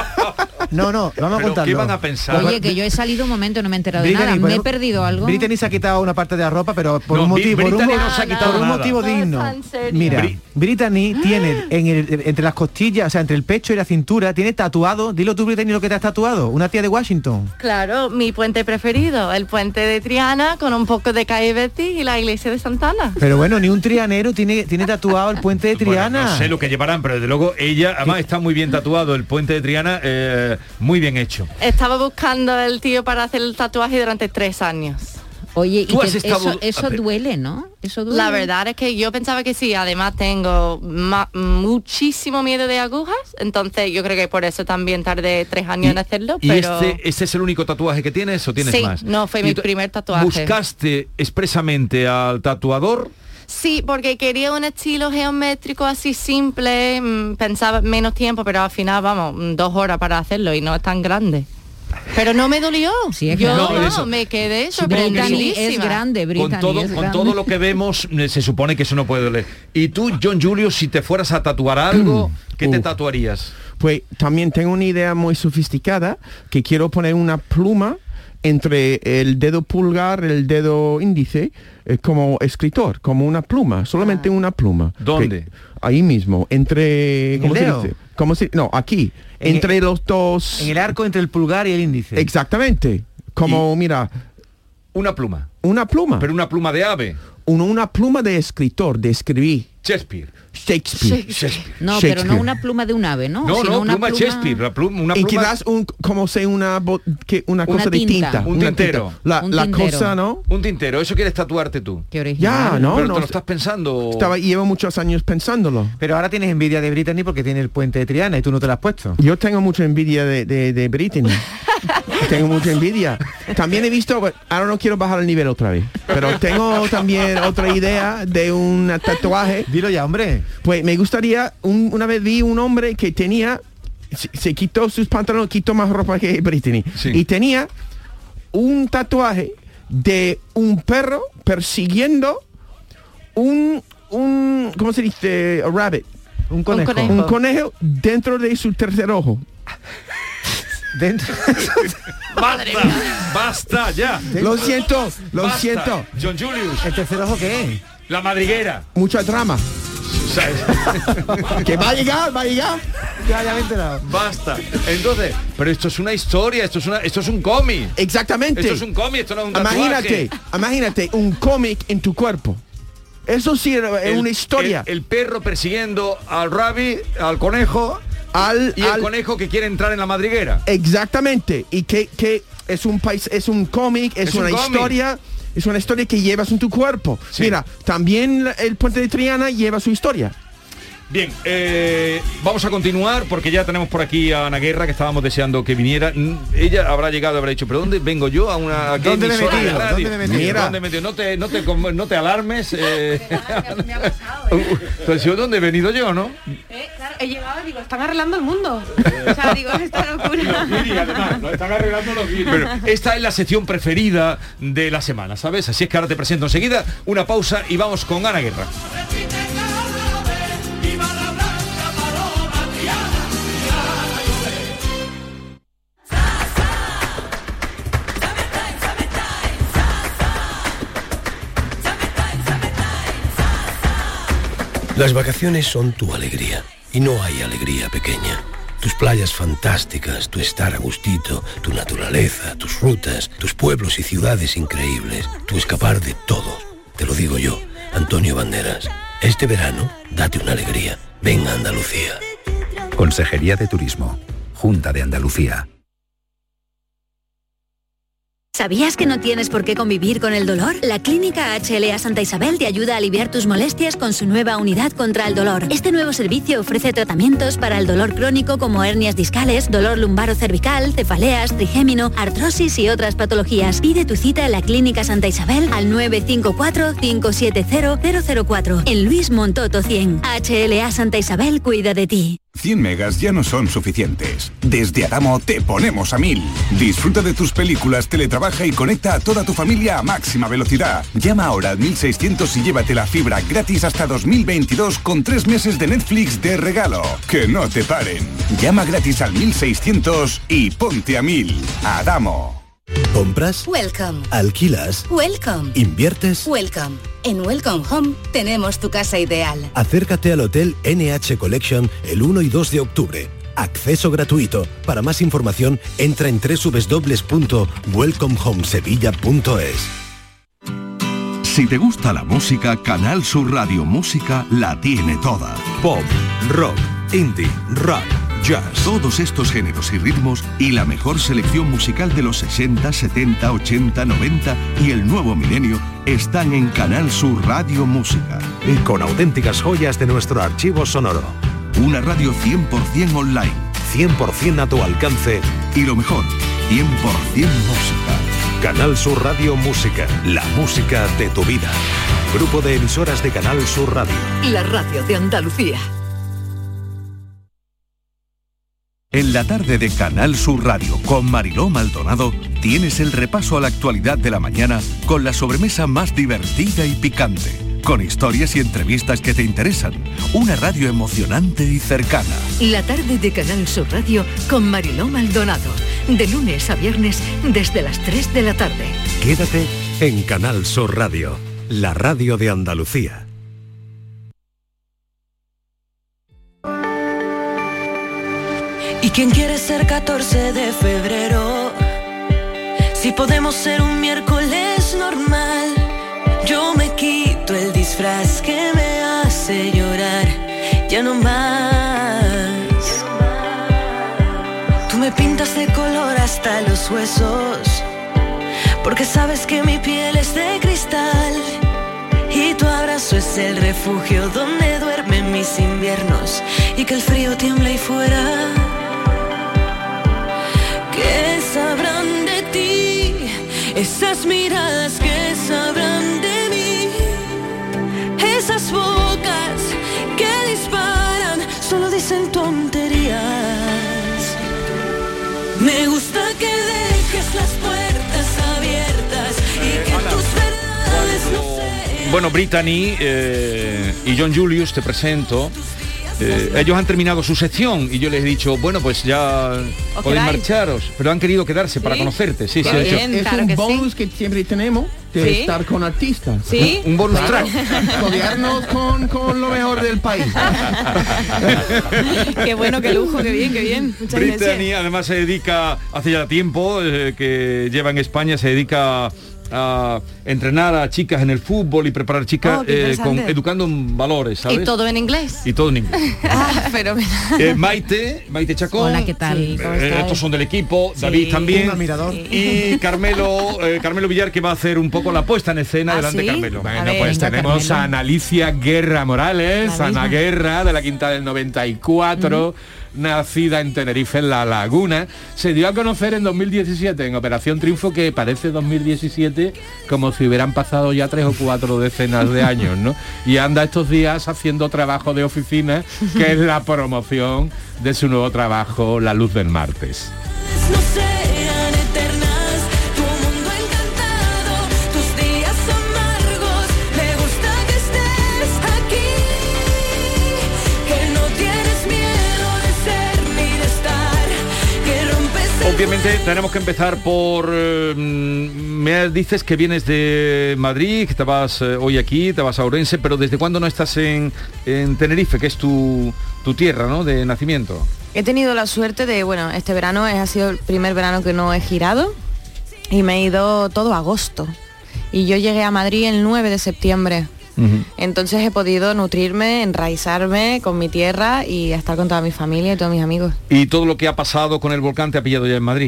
No, vamos a contarlo. ¿Qué van a pensar? Oye, que yo he salido un momento, no me he enterado de nada. ¿Me he perdido algo? Brittany se ha quitado una parte de la ropa, pero por un motivo, por un motivo digno. Mira, Brittany tiene entre las costillas, o sea, entre el pecho y la cintura, tiene tatuado, dilo tú, Brittany, lo que te has tatuado, una tía de Washington. Claro, mi puente preferido, el puente de Triana con un poco de calle Betis y la iglesia de Santana. Pero bueno, ni un trianero tiene tatuado el puente de Triana. Bueno, no sé lo que llevarán, pero desde luego ella, además está muy bien tatuado el puente de Triana, muy bien hecho. Estaba buscando el tío para hacer el tatuaje durante 3 años. Oye, Tú has estado- eso duele, ¿no? Eso duele. La verdad es que yo pensaba que sí, además tengo muchísimo miedo de agujas, entonces yo creo que por eso también tardé 3 años en hacerlo, ¿Y pero... este es el único tatuaje que tienes o tienes Sí, más? no, fue mi primer tatuaje. ¿Buscaste expresamente al tatuador? Sí, porque quería un estilo geométrico así simple, pensaba menos tiempo, pero al final, vamos, 2 horas para hacerlo y no es tan grande. Pero no me dolió. Sí, es yo grande. no, me quedé Brittany sorprendidísima. es grande, Brittany Con todo lo que vemos, se supone que eso no puede doler. Y tú, John Julio, si te fueras a tatuar algo, ¿qué te tatuarías? Pues también tengo una idea muy sofisticada, que quiero poner una pluma entre el dedo pulgar y el dedo índice, como escritor, como una pluma, solamente una pluma. ¿Dónde? Ahí mismo, entre... ¿Cómo se dice? No, aquí, entre los dos... En el arco entre el pulgar y el índice. Exactamente. Como, mira... Una pluma. Una pluma. Pero una pluma de ave. Una pluma de escritor, de escribir. Shakespeare. No, pero no una pluma de un ave, ¿no? No, Sino una pluma Shakespeare. Una pluma... Y quizás una cosa de tinta. Un tintero. La cosa, ¿no? Un tintero. ¿Eso quieres tatuarte tú? Qué original. Ya, ¿no? Pero no te lo estás pensando. Llevo muchos años pensándolo. Pero ahora tienes envidia de Brittany porque tiene el puente de Triana y tú no te lo has puesto. Yo tengo mucha envidia de Brittany. Tengo mucha envidia. También he visto, ahora no quiero bajar el nivel otra vez, pero tengo también otra idea de un tatuaje. Dilo ya, hombre. Pues me gustaría, una vez vi un hombre que tenía, se quitó sus pantalones, quitó más ropa que Brittany, y tenía un tatuaje de un perro persiguiendo un ¿cómo se dice? A rabbit. Un conejo. Un conejo dentro de su tercer ojo. Dentro. Basta ya. Lo siento. John Julius. ¿El tercer ojo qué es? La madriguera. Mucha trama. Que va a llegar. Ya me he enterado. Basta. Entonces, pero esto es una historia, esto es un cómic. Exactamente. Esto es un cómic, esto no es un tatuaje. Imagínate un cómic en tu cuerpo. Eso sí es una historia. El perro persiguiendo al rabbit, al conejo. El conejo que quiere entrar en la madriguera. Exactamente. Y que es un cómic, es una historia. Es una historia que llevas en tu cuerpo. Sí. Mira, también el puente de Triana lleva su historia. Bien, vamos a continuar porque ya tenemos por aquí a Ana Guerra, que estábamos deseando que viniera. Ella habrá llegado y habrá dicho, ¿pero dónde vengo yo? A una ¿Dónde me he metido? Mira, no te alarmes. Entonces, ¿dónde he venido yo, no? Claro, he llegado y digo, están arreglando el mundo. O sea, digo, esta locura. Además, lo están arreglando los guiris. Pero esta es la sección preferida de la semana, ¿sabes? Así es que ahora te presento enseguida una pausa y vamos con Ana Guerra. Las vacaciones son tu alegría y no hay alegría pequeña. Tus playas fantásticas, tu estar a gustito, tu naturaleza, tus rutas, tus pueblos y ciudades increíbles, tu escapar de todo. Te lo digo yo, Antonio Banderas. Este verano, date una alegría. Ven a Andalucía. Consejería de Turismo, Junta de Andalucía. ¿Sabías que no tienes por qué convivir con el dolor? La Clínica HLA Santa Isabel te ayuda a aliviar tus molestias con su nueva unidad contra el dolor. Este nuevo servicio ofrece tratamientos para el dolor crónico como hernias discales, dolor lumbaro-cervical, cefaleas, trigémino, artrosis y otras patologías. Pide tu cita en la Clínica Santa Isabel al 954-570-004 en Luis Montoto 100. HLA Santa Isabel cuida de ti. 100 megas ya no son suficientes. Desde Adamo te ponemos a 1000. Disfruta de tus películas, teletrabaja y conecta a toda tu familia a máxima velocidad. Llama ahora al 1600 y llévate la fibra gratis hasta 2022 con 3 meses de Netflix de regalo. Que no te paren. Llama gratis al 1600 y ponte a 1000. Adamo. ¿Compras? Welcome. ¿Alquilas? Welcome. ¿Inviertes? Welcome. En Welcome Home tenemos tu casa ideal. Acércate al Hotel NH Collection el 1 y 2 de octubre. Acceso gratuito. Para más información, entra en www.welcomehomesevilla.es. Si te gusta la música, Canal Sur Radio Música la tiene toda. Pop, rock, indie, rap, jazz. Todos estos géneros y ritmos y la mejor selección musical de los 60, 70, 80, 90 y el nuevo milenio están en Canal Sur Radio Música. Y con auténticas joyas de nuestro archivo sonoro. Una radio 100% online. 100% a tu alcance. Y lo mejor, 100% música. Canal Sur Radio Música. La música de tu vida. Grupo de emisoras de Canal Sur Radio. La radio de Andalucía. En la tarde de Canal Sur Radio con Mariló Maldonado tienes el repaso a la actualidad de la mañana con la sobremesa más divertida y picante, con historias y entrevistas que te interesan. Una radio emocionante y cercana. La tarde de Canal Sur Radio con Mariló Maldonado, de lunes a viernes desde las 3 de la tarde. Quédate en Canal Sur Radio, la radio de Andalucía. ¿Y quién quiere ser 14 de febrero? Si podemos ser un miércoles normal. Yo me quito el disfraz que me hace llorar. Ya no más. Tú me pintas de color hasta los huesos, porque sabes que mi piel es de cristal. Y tu abrazo es el refugio donde duermen mis inviernos, y que el frío tiembla ahí fuera. ¿Qué sabrán de ti? Esas miradas que sabrán de mí. Esas bocas que disparan solo dicen tonterías. Me gusta que dejes las puertas abiertas y que tus verdades no sean... Bueno, Brittany y John Julius, te presento. Ellos han terminado su sección y yo les he dicho, bueno, pues ya podéis marcharos, pero han querido quedarse para conocerte. Sí, sí, bien, es claro un bonus que siempre tenemos de estar con artistas. ¿Sí? Un bonus track. Codearnos con lo mejor del país. Qué bueno, qué lujo, qué bien. Muchas Brittany gracias. además se dedica, hace ya tiempo que lleva en España, se dedica a entrenar a chicas en el fútbol y preparar chicas educando en valores, ¿sabes? Y todo en inglés. Y todo en inglés. Fenomenal. Maite Chacón. Hola, ¿qué tal? Sí, estos son del equipo, David también. Un admirador. Y Carmelo Villar, que va a hacer un poco la puesta en escena delante de Carmelo. Bueno, pues tenemos a Ana Alicia Guerra Morales, Ana Guerra, de la Quinta del 94, nacida en Tenerife, en La Laguna. Se dio a conocer en 2017 en Operación Triunfo, que parece 2017 como si hubieran pasado ya 3 o 4 decenas de años, ¿no? Y anda estos días haciendo trabajo de oficina, que es la promoción de su nuevo trabajo, La Luz del Martes. No sean eternas, tu mundo encantado, tus días amargos. Me gusta que estés aquí, que no tienes miedo de ser ni de estar, que rompes el... Obviamente tenemos que empezar por... me dices que vienes de Madrid, que te vas hoy aquí, te vas a Ourense, pero ¿desde cuándo no estás en Tenerife, que es tu tierra, ¿no?, de nacimiento? He tenido la suerte de, este verano ha sido el primer verano que no he girado y me he ido todo agosto. Y yo llegué a Madrid el 9 de septiembre. Entonces he podido nutrirme, enraizarme con mi tierra y estar con toda mi familia y todos mis amigos. ¿Y todo lo que ha pasado con el volcán te ha pillado ya en Madrid?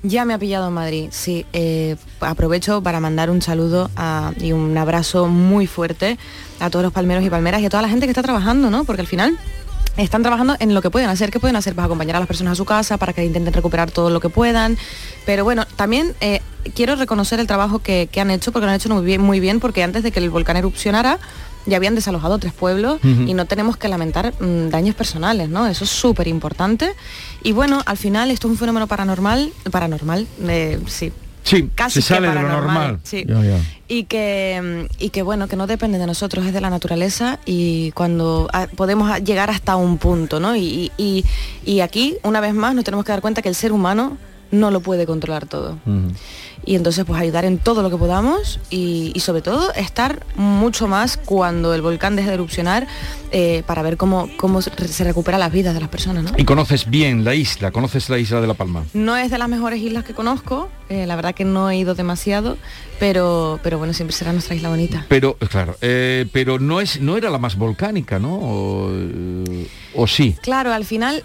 Ya me ha pillado en Madrid, sí. Aprovecho para mandar un saludo y un abrazo muy fuerte a todos los palmeros y palmeras y a toda la gente que está trabajando, ¿no? Porque al final están trabajando en lo que pueden hacer. ¿Qué pueden hacer? Pues acompañar a las personas a su casa para que intenten recuperar todo lo que puedan. Pero bueno, también quiero reconocer el trabajo que han hecho, porque lo han hecho muy bien, porque antes de que el volcán erupcionara ya habían desalojado 3 pueblos y no tenemos que lamentar daños personales, ¿no? Eso es súper importante. Y bueno, al final esto es un fenómeno paranormal, sí. Sí, casi se sale de lo normal. Sí. Y que bueno, que no depende de nosotros, es de la naturaleza, y cuando podemos llegar hasta un punto, ¿no? Y aquí, una vez más, nos tenemos que dar cuenta que el ser humano no lo puede controlar todo. Y entonces pues ayudar en todo lo que podamos y sobre todo estar mucho más cuando el volcán deje de erupcionar, para ver cómo se recupera las vidas de las personas, ¿no? Y conoces bien la isla, conoces la isla de La Palma. No es de las mejores islas que conozco, la verdad que no he ido demasiado, pero bueno, siempre será nuestra isla bonita. Pero claro, pero no era la más volcánica, ¿no? O sí. Claro, al final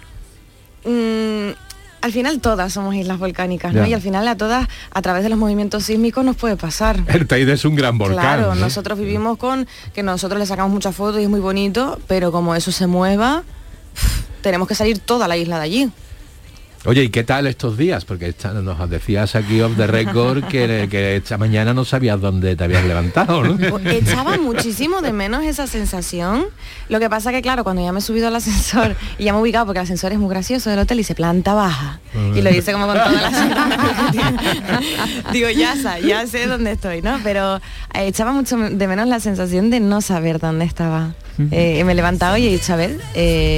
todas somos islas volcánicas, ¿no? Y al final a todas, a través de los movimientos sísmicos, nos puede pasar. El Teide es un gran volcán. Claro, nosotros vivimos con que nosotros le sacamos muchas fotos y es muy bonito, pero como eso se mueva, tenemos que salir toda la isla de allí. Oye, ¿y qué tal estos días? Porque nos decías aquí off the record que esta mañana no sabías dónde te habías levantado, ¿no? Echaba muchísimo de menos esa sensación. Lo que pasa que, claro, cuando ya me he subido al ascensor y ya me he ubicado, porque el ascensor es muy gracioso del hotel y se planta baja. Y lo hice como con toda la digo, ya sé dónde estoy, ¿no? Pero echaba mucho de menos la sensación de no saber dónde estaba. Me he levantado y he dicho, a ver,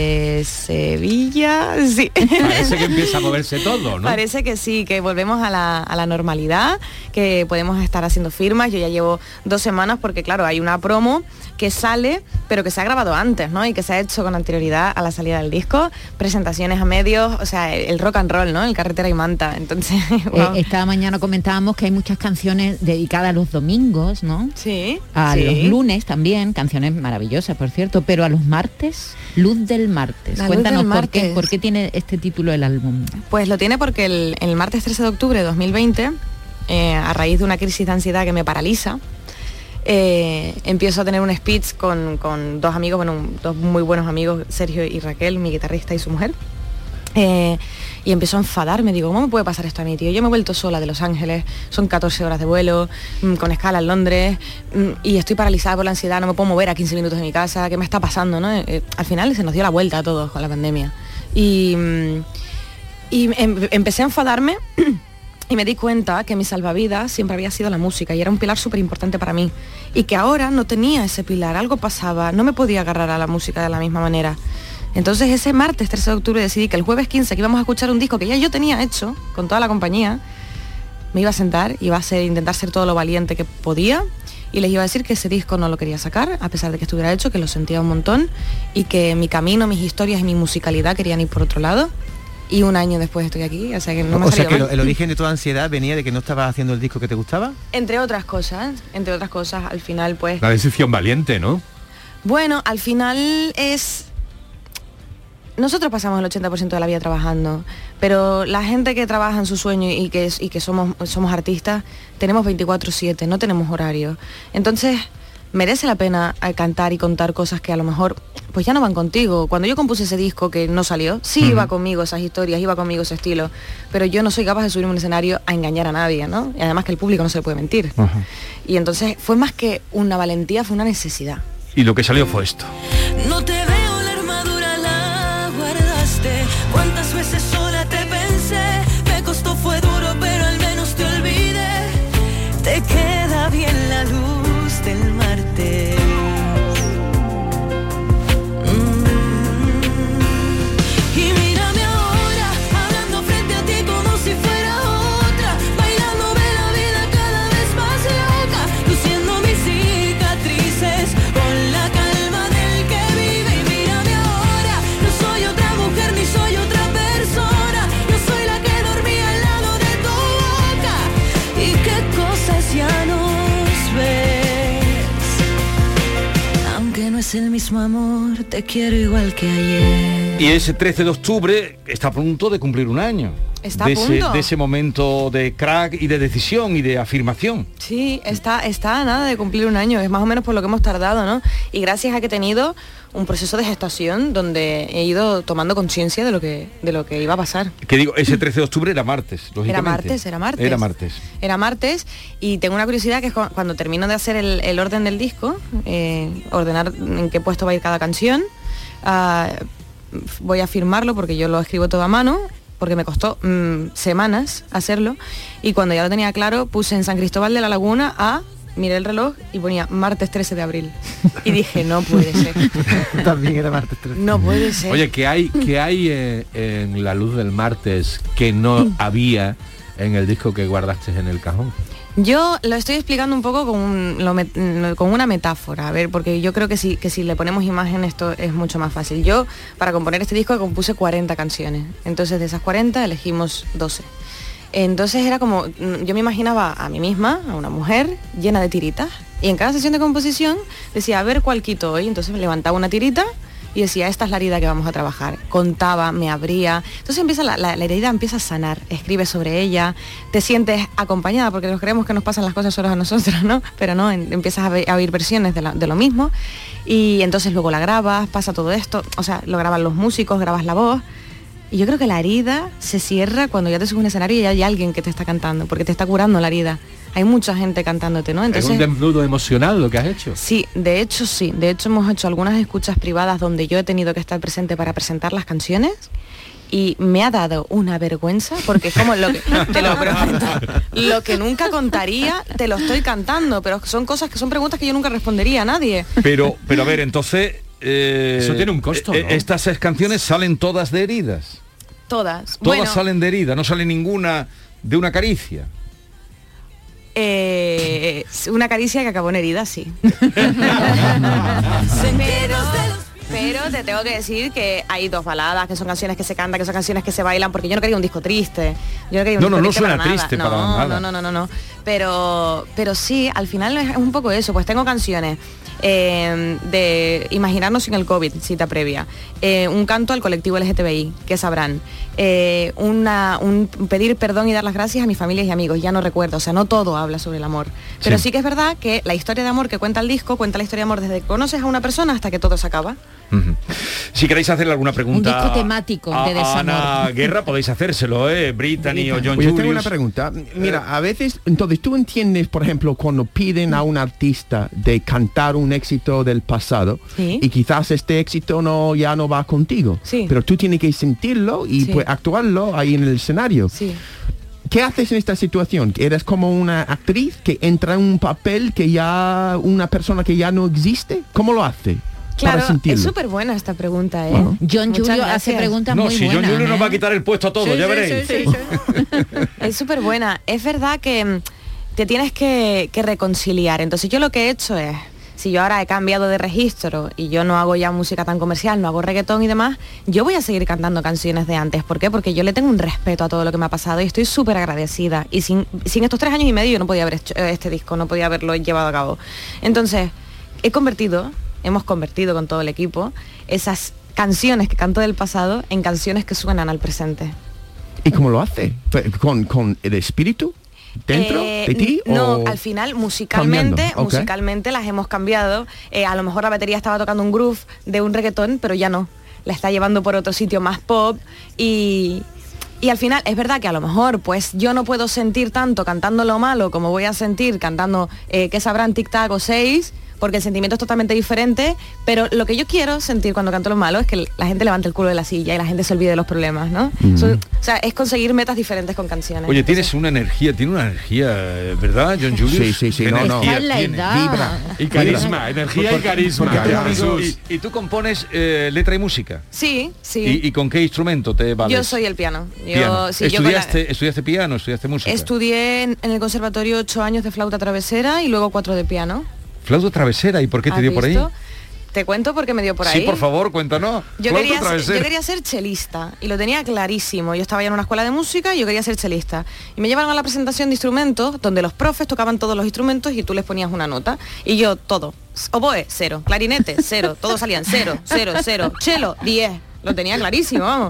Sevilla, sí. Parece que empieza a moverse todo, ¿no? Parece que sí, que volvemos a la normalidad, que podemos estar haciendo firmas. Yo ya llevo 2 semanas porque, claro, hay una promo que sale, pero que se ha grabado antes, ¿no? Y que se ha hecho con anterioridad a la salida del disco, presentaciones a medios, o sea, el rock and roll, ¿no? El Carretera y Manta. Entonces, wow. Esta mañana comentábamos que hay muchas canciones dedicadas a los domingos, ¿no? Sí. Los lunes también, canciones maravillosas, por cierto, pero a los martes, Luz del Martes. Cuéntanos por qué tiene este título el álbum. Pues lo tiene porque el martes 13 de octubre de 2020, a raíz de una crisis de ansiedad que me paraliza, empiezo a tener un speech con 2 amigos, bueno, 2 muy buenos amigos, Sergio y Raquel, mi guitarrista y su mujer. Y empezó a enfadarme, digo, ¿cómo me puede pasar esto a mí, tío? Yo me he vuelto sola de Los Ángeles, son 14 horas de vuelo, con escala en Londres, y estoy paralizada por la ansiedad, no me puedo mover a 15 minutos de mi casa, ¿qué me está pasando, no? Al final se nos dio la vuelta a todos con la pandemia. Y empecé a enfadarme y me di cuenta que mi salvavidas siempre había sido la música y era un pilar súper importante para mí. Y que ahora no tenía ese pilar, algo pasaba, no me podía agarrar a la música de la misma manera. Entonces ese martes 13 de octubre decidí que el jueves 15, que íbamos a escuchar un disco que ya yo tenía hecho con toda la compañía, me iba a sentar, iba a intentar ser todo lo valiente que podía y les iba a decir que ese disco no lo quería sacar, a pesar de que estuviera hecho, que lo sentía un montón y que mi camino, mis historias y mi musicalidad querían ir por otro lado. Y 1 año después estoy aquí, o sea que no me salió mal. El origen de toda ansiedad venía de que no estabas haciendo el disco que te gustaba. Entre otras cosas, al final pues... La decisión valiente, ¿no? Bueno, al final es... Nosotros pasamos el 80% de la vida trabajando, pero la gente que trabaja en su sueño y que somos artistas, tenemos 24/7, no tenemos horario. Entonces, merece la pena cantar y contar cosas que a lo mejor pues ya no van contigo. Cuando yo compuse ese disco que no salió, sí iba conmigo esas historias, iba conmigo ese estilo, pero yo no soy capaz de subirme a un escenario a engañar a nadie, ¿no? Y además que el público no se le puede mentir. Y entonces fue más que una valentía, fue una necesidad. Y lo que salió fue esto. No te veo la armadura, la guardaste. Cuántas veces sola te pensé, me costó, fue duro, pero al menos te olvidé. Te queda bien la luz del martes. Y mírame ahora, hablando frente a ti como si fuera otra, bailándome la vida cada vez más loca, luciendo mis cicatrices con la calma del que vive. Y mírame ahora, no soy otra mujer ni soy otra persona, yo soy la que dormía al lado de tu boca. Y qué cosas ya nos ves, aunque no es el mismo amor, te quiero igual que ayer. Y ese 13 de octubre está a punto de cumplir 1 año. de ese momento de crack y de decisión y de afirmación. Sí, está a nada de cumplir un año, es más o menos por lo que hemos tardado, ¿no? Y gracias a que he tenido un proceso de gestación donde he ido tomando conciencia de lo que iba a pasar. Que digo, ese 13 de octubre era martes, lógicamente. Era martes y tengo una curiosidad que es cuando termino de hacer el orden del disco, ordenar en qué puesto va a ir cada canción, voy a firmarlo porque yo lo escribo todo a mano, porque me costó semanas hacerlo, y cuando ya lo tenía claro puse en San Cristóbal de la Laguna miré el reloj y ponía martes 13 de abril y dije, no puede ser. También era martes 13. No puede ser. Oye, ¿qué hay en La Luz del Martes que no había en el disco que guardaste en el cajón? Yo lo estoy explicando un poco con una metáfora, a ver, porque yo creo que si le ponemos imagen esto es mucho más fácil. Yo, para componer este disco, compuse 40 canciones, entonces de esas 40 elegimos 12. Entonces era como, yo me imaginaba a mí misma, a una mujer llena de tiritas, y en cada sesión de composición decía, a ver cuál quito hoy, entonces me levantaba una tirita y decía, esta es la herida que vamos a trabajar. Contaba, me abría. Entonces empieza la herida empieza a sanar, escribes sobre ella, te sientes acompañada, porque nos creemos que nos pasan las cosas solos a nosotros, ¿no? Pero no, empiezas a oír versiones de lo mismo, y entonces luego la grabas, pasa todo esto, o sea, lo graban los músicos, grabas la voz, y yo creo que la herida se cierra cuando ya te subes a un escenario y ya hay alguien que te está cantando, porque te está curando la herida. Hay mucha gente cantándote, ¿no? Entonces, es un desnudo emocional lo que has hecho. Sí. De hecho hemos hecho algunas escuchas privadas donde yo he tenido que estar presente para presentar las canciones, y me ha dado una vergüenza, porque es como lo que, te lo prometo, lo que nunca contaría, te lo estoy cantando, pero son cosas que son preguntas que yo nunca respondería a nadie. Pero a ver, entonces... eso tiene un costo, ¿no? Estas 6 canciones salen todas de heridas. Todas Salen de heridas, no sale ninguna de una caricia. Una caricia que acabó en herida, sí. Pero te tengo que decir que hay 2 baladas, que son canciones que se cantan, que son canciones que se bailan, porque yo no quería un disco triste. No suena triste para nada. No. Pero sí, al final es un poco eso, pues tengo canciones de imaginarnos sin el COVID, cita previa, un canto al colectivo LGTBI, que sabrán, un pedir perdón y dar las gracias a mis familias y amigos, ya no recuerdo, o sea, no todo habla sobre el amor, pero sí que es verdad que la historia de amor que cuenta el disco cuenta la historia de amor desde que conoces a una persona hasta que todo se acaba. Si queréis hacerle alguna pregunta, un disco temático de desamor, a Ana Guerra, podéis hacérselo, Brittany o John Julius. Yo tengo una pregunta. Mira, a veces, entonces tú entiendes, por ejemplo, cuando piden a un artista de cantar un éxito del pasado, y quizás este éxito ya no va contigo, pero tú tienes que sentirlo y pues actuarlo ahí en el escenario. ¿Qué haces en esta situación? ¿Eres como una actriz que entra en un papel que ya, una persona que ya no existe? ¿Cómo lo hace? Claro, es súper buena esta pregunta, John Julio hace preguntas muy buenas. John Julio nos va a quitar el puesto a todos, ya veréis. Sí. Es súper buena. Es verdad que te tienes que reconciliar. Entonces yo lo que he hecho es, si yo ahora he cambiado de registro y yo no hago ya música tan comercial, no hago reggaetón y demás, yo voy a seguir cantando canciones de antes. ¿Por qué? Porque yo le tengo un respeto a todo lo que me ha pasado y estoy súper agradecida. Y sin estos 3 años y medio yo no podía haber hecho este disco, no podía haberlo llevado a cabo. Entonces, hemos convertido con todo el equipo esas canciones que canto del pasado en canciones que suenan al presente. ¿Y cómo lo hace? ¿Con el espíritu dentro de ti? No, al final musicalmente las hemos cambiado. A lo mejor la batería estaba tocando un groove de un reggaetón, pero ya no. La está llevando por otro sitio más pop y al final es verdad que a lo mejor pues yo no puedo sentir tanto cantando lo malo como voy a sentir cantando que sabrán Tic Tac o 6, porque el sentimiento es totalmente diferente, pero lo que yo quiero sentir cuando canto lo malo es que la gente levante el culo de la silla y la gente se olvide de los problemas, ¿no? O sea, es conseguir metas diferentes con canciones. Oye, tiene una energía, ¿verdad, John Julius? Sí, no. Vibra. Y carisma, energía y carisma. ¿Y tú compones letra y música? Sí. ¿Y con qué instrumento te vales? Yo soy el piano. ¿Estudiaste piano? ¿Estudiaste música? Estudié en el conservatorio 8 años de flauta travesera y luego 4 de piano. Flauta travesera, ¿y por qué te dio por ahí? Te cuento porque me dio por ahí. Sí, por favor, cuéntanos. Yo quería ser chelista y lo tenía clarísimo. Yo estaba ya en una escuela de música y yo quería ser chelista. Y me llevaron a la presentación de instrumentos donde los profes tocaban todos los instrumentos y tú les ponías una nota. Y yo todo. Oboe, 0. Clarinete, 0. Todos salían 0, 0, 0. Chelo, 10. Lo tenía clarísimo, vamos.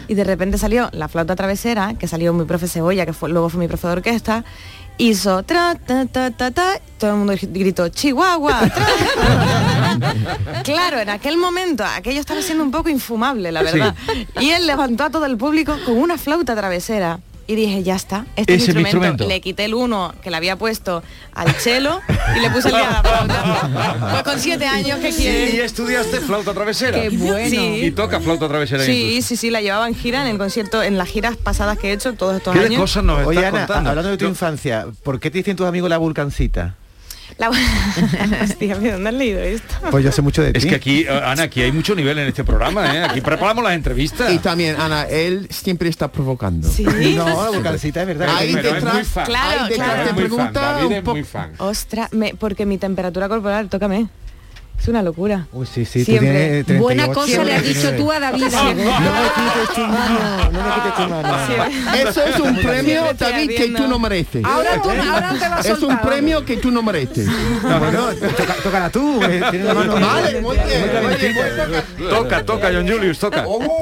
y de repente salió la flauta travesera, que salió mi profe Cebolla, que luego fue mi profe de orquesta, hizo tra, ta, ta, ta, ta, todo el mundo gritó Chihuahua, tra. Claro, en aquel momento aquello estaba siendo un poco infumable, la verdad. Sí. Y él levantó a todo el público con una flauta travesera. Y dije, ya está, este es mi instrumento. Le quité el 1 que le había puesto al cello y le puse el día a la flauta. Pues con 7 años, ¿qué quieres? ¿Y estudiaste flauta travesera? Qué bueno. Sí. ¿Y toca flauta travesera? Sí, la llevaba en gira, en el concierto, en las giras pasadas que he hecho todos estos años. ¿Qué cosas nos estás contando? Hablando de tu infancia, ¿por qué te dicen tus amigos la vulcancita? Hostia, ¿dónde has leído esto? Pues yo sé mucho de ti. Es que aquí, Ana, aquí hay mucho nivel en este programa, ¿eh? Aquí preparamos las entrevistas. Y también, Ana, él siempre está provocando. ¿Sí? No, la vulcancita es verdad. Ahí detrás, claro, te pregunta David es muy fan. Ostras, porque mi temperatura corporal, tócame. Es una locura. Uy, sí, siempre. Buena cosa le has dicho tú a David. No me quites tu mano. Eso es un premio, David, que tú no mereces. Ahora te vas a soltar. Es un premio que tú no mereces. Bueno, tócala tú. Tienes la mano. Vale, muy bien. Toca, John Julius, toca.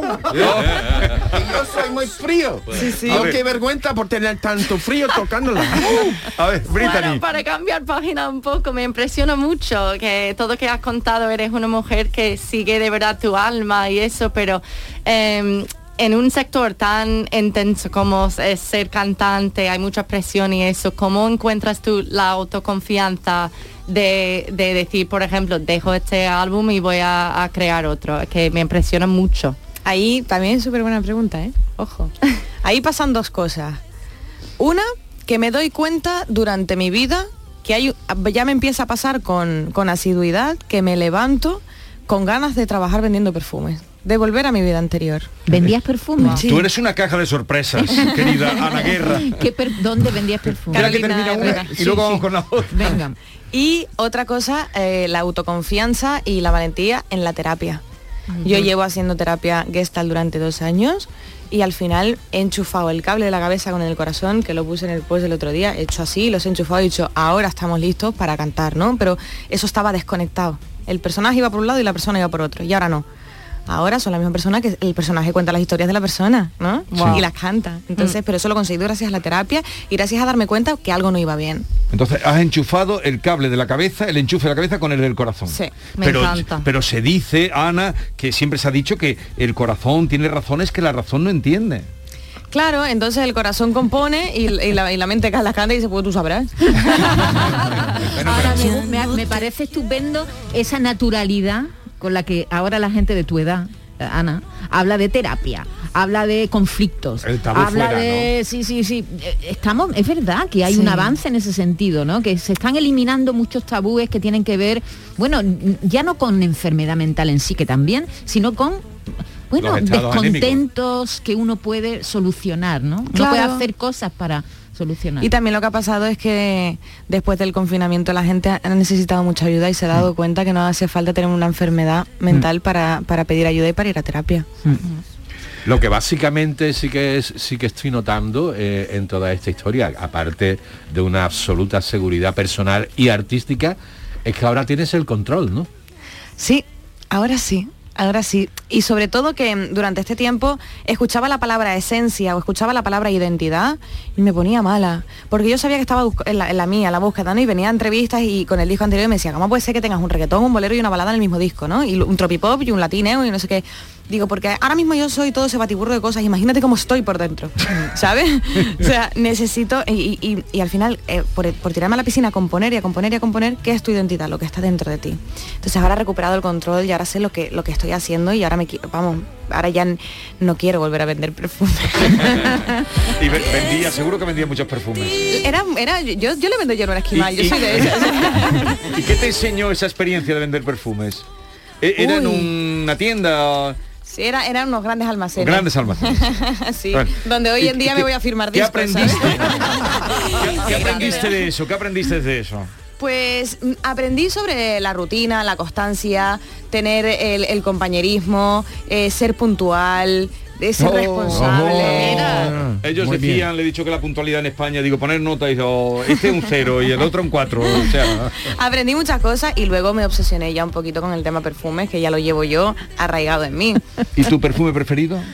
Yo soy muy frío. Sí. Oh, qué vergüenza por tener tanto frío tocándola. A ver, Brittany. Bueno, para cambiar página un poco, me impresiona mucho que todo que has contado, eres una mujer que sigue de verdad tu alma y eso, pero en un sector tan intenso como es ser cantante, hay mucha presión y eso, ¿cómo encuentras tú la autoconfianza de decir, por ejemplo, dejo este álbum y voy a crear otro? Que me impresiona mucho. Ahí también es súper buena pregunta, ¿eh? Ojo. Ahí pasan dos cosas. Una, que me doy cuenta durante mi vida que ya me empieza a pasar con asiduidad, que me levanto con ganas de trabajar vendiendo perfumes, de volver a mi vida anterior. ¿Vendías perfumes? Sí. Tú eres una caja de sorpresas, querida Ana Guerra. ¿Dónde vendías perfumes? Mira que termina una y luego vamos con la otra. Venga. Y otra cosa, la autoconfianza y la valentía en la terapia. Yo llevo haciendo terapia Gestalt durante 2 años y al final he enchufado el cable de la cabeza con el corazón, que lo puse en el post el otro día, he hecho así, los he enchufado y he dicho, ahora estamos listos para cantar, ¿no? Pero eso estaba desconectado. El personaje iba por un lado y la persona iba por otro, y ahora no. Ahora son la misma persona, que el personaje cuenta las historias de la persona, ¿no? Wow. Y las canta. Entonces, pero eso lo conseguí gracias a la terapia y gracias a darme cuenta que algo no iba bien. Entonces, has enchufado el cable de la cabeza, el enchufe de la cabeza con el del corazón. Sí, me encanta. Pero se dice, Ana, que siempre se ha dicho que el corazón tiene razones que la razón no entiende. Claro, entonces el corazón compone y la mente la canta y dice, pues tú sabrás. Ahora me parece estupendo esa naturalidad con la que ahora la gente de tu edad, Ana, habla de terapia, habla de conflictos, habla fuera, de... ¿no? Sí. Es verdad que hay un avance en ese sentido, ¿no? Que se están eliminando muchos tabúes que tienen que ver, bueno, ya no con enfermedad mental en sí, que también, sino con... Bueno, descontentos que uno puede solucionar, ¿no? Claro. Uno puede hacer cosas para solucionar. Y también lo que ha pasado es que después del confinamiento la gente ha necesitado mucha ayuda y se ha dado cuenta que no hace falta tener una enfermedad mental para pedir ayuda y para ir a terapia. Lo que básicamente sí que estoy notando en toda esta historia, aparte de una absoluta seguridad personal y artística, es que ahora tienes el control, ¿no? Sí, ahora sí. Ahora sí, y sobre todo que durante este tiempo escuchaba la palabra esencia o escuchaba la palabra identidad y me ponía mala, porque yo sabía que estaba en la búsqueda, ¿no? Y venía a entrevistas y con el disco anterior me decía, ¿cómo puede ser que tengas un reggaetón, un bolero y una balada en el mismo disco, ¿no? Y un tropipop y un latineo y no sé qué. Digo, porque ahora mismo yo soy todo ese batiburro de cosas, imagínate cómo estoy por dentro, ¿sabes? O sea, necesito, y al final, por tirarme a la piscina a componer, ¿qué es tu identidad? Lo que está dentro de ti. Entonces ahora he recuperado el control y ahora sé lo que estoy haciendo y ahora ahora ya no quiero volver a vender perfumes. Y seguro que vendía muchos perfumes. Yo le vendo hierba esquimal, yo soy de esas. ¿Y qué te enseñó esa experiencia de vender perfumes? ¿Era en una tienda...? Sí, eran unos grandes almacenes. Grandes almacenes. Sí, bueno, donde hoy en día me voy a firmar discos. ¿Qué aprendiste? ¿Qué aprendiste de eso? ¿Qué aprendiste de eso? Pues aprendí sobre la rutina, la constancia, tener el compañerismo, ser puntual, ser responsable. Ellos decían, le he dicho que la puntualidad en España, digo, poner nota y digo, este es un 0 y el otro un 4. O sea. Aprendí muchas cosas y luego me obsesioné ya un poquito con el tema perfumes, que ya lo llevo yo arraigado en mí. ¿Y tu perfume preferido?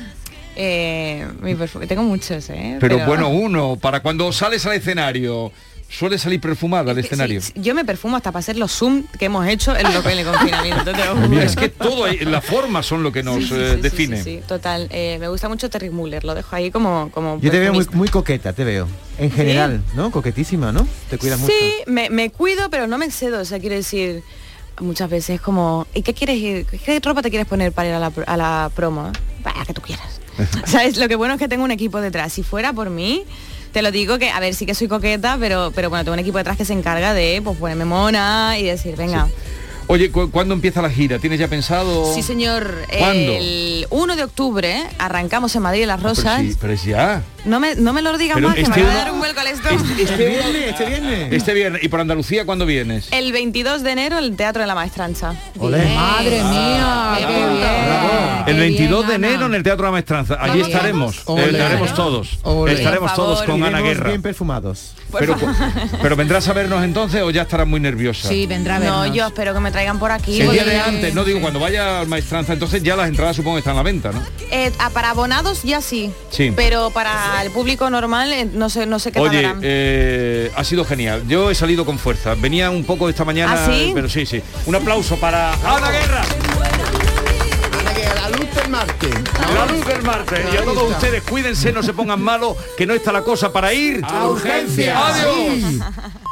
Mi perfume, tengo muchos, pero bueno, uno, para cuando sales al escenario, suele salir perfumada al escenario. Sí, yo me perfumo hasta para hacer los Zoom que hemos hecho en lo que en el confinamiento. Es que todo, las formas son lo que nos define. Sí, total. Me gusta mucho Terry Muller, lo dejo ahí como yo te veo muy coqueta, te veo. En general, ¿no? Coquetísima, ¿no? Te cuidas mucho. Sí, me cuido, pero no me excedo. O sea, quiero decir, muchas veces como, ¿y qué quieres ir? ¿Qué ropa te quieres poner para ir a la promo? Vaya, que tú quieras. ¿Sabes? Lo que bueno es que tengo un equipo detrás. Si fuera por mí, te lo digo que, a ver, sí que soy coqueta, pero bueno, tengo un equipo detrás que se encarga de, pues, ponerme mona y decir, venga. Sí. Oye, ¿cuándo empieza la gira? ¿Tienes ya pensado? Sí, señor. ¿Cuándo? El 1 de octubre arrancamos en Madrid, en Las Rosas. Pero es ya. No me lo digas más, que me va a dar un vuelco al estómago. Este viernes. ¿Y por Andalucía cuándo vienes? El 22 de enero, el Teatro de la Maestranza. Madre mía, qué bien. El 22 de enero en el Teatro de la Maestranza. Allí estaremos. Estaremos todos. Estaremos todos con Ana Guerra. Bien perfumados. Pero ¿vendrás a vernos entonces o ya estarás muy nerviosa? Sí, vendrá a vernos. No, yo espero que me traigan por aquí. El día de antes, no digo, cuando vaya al Maestranza, entonces ya las entradas supongo que están a la venta, ¿no? Para abonados ya sí. Pero para el público normal no sé qué tardarán. Oye, ha sido genial. Yo he salido con fuerza. Venía un poco esta mañana, ¿Ah, sí? pero sí. Un aplauso para Ana Guerra. La luz del martes. La luz del martes. Y a todos ustedes, cuídense, no se pongan malos, que no está la cosa para ir a urgencias. Adiós.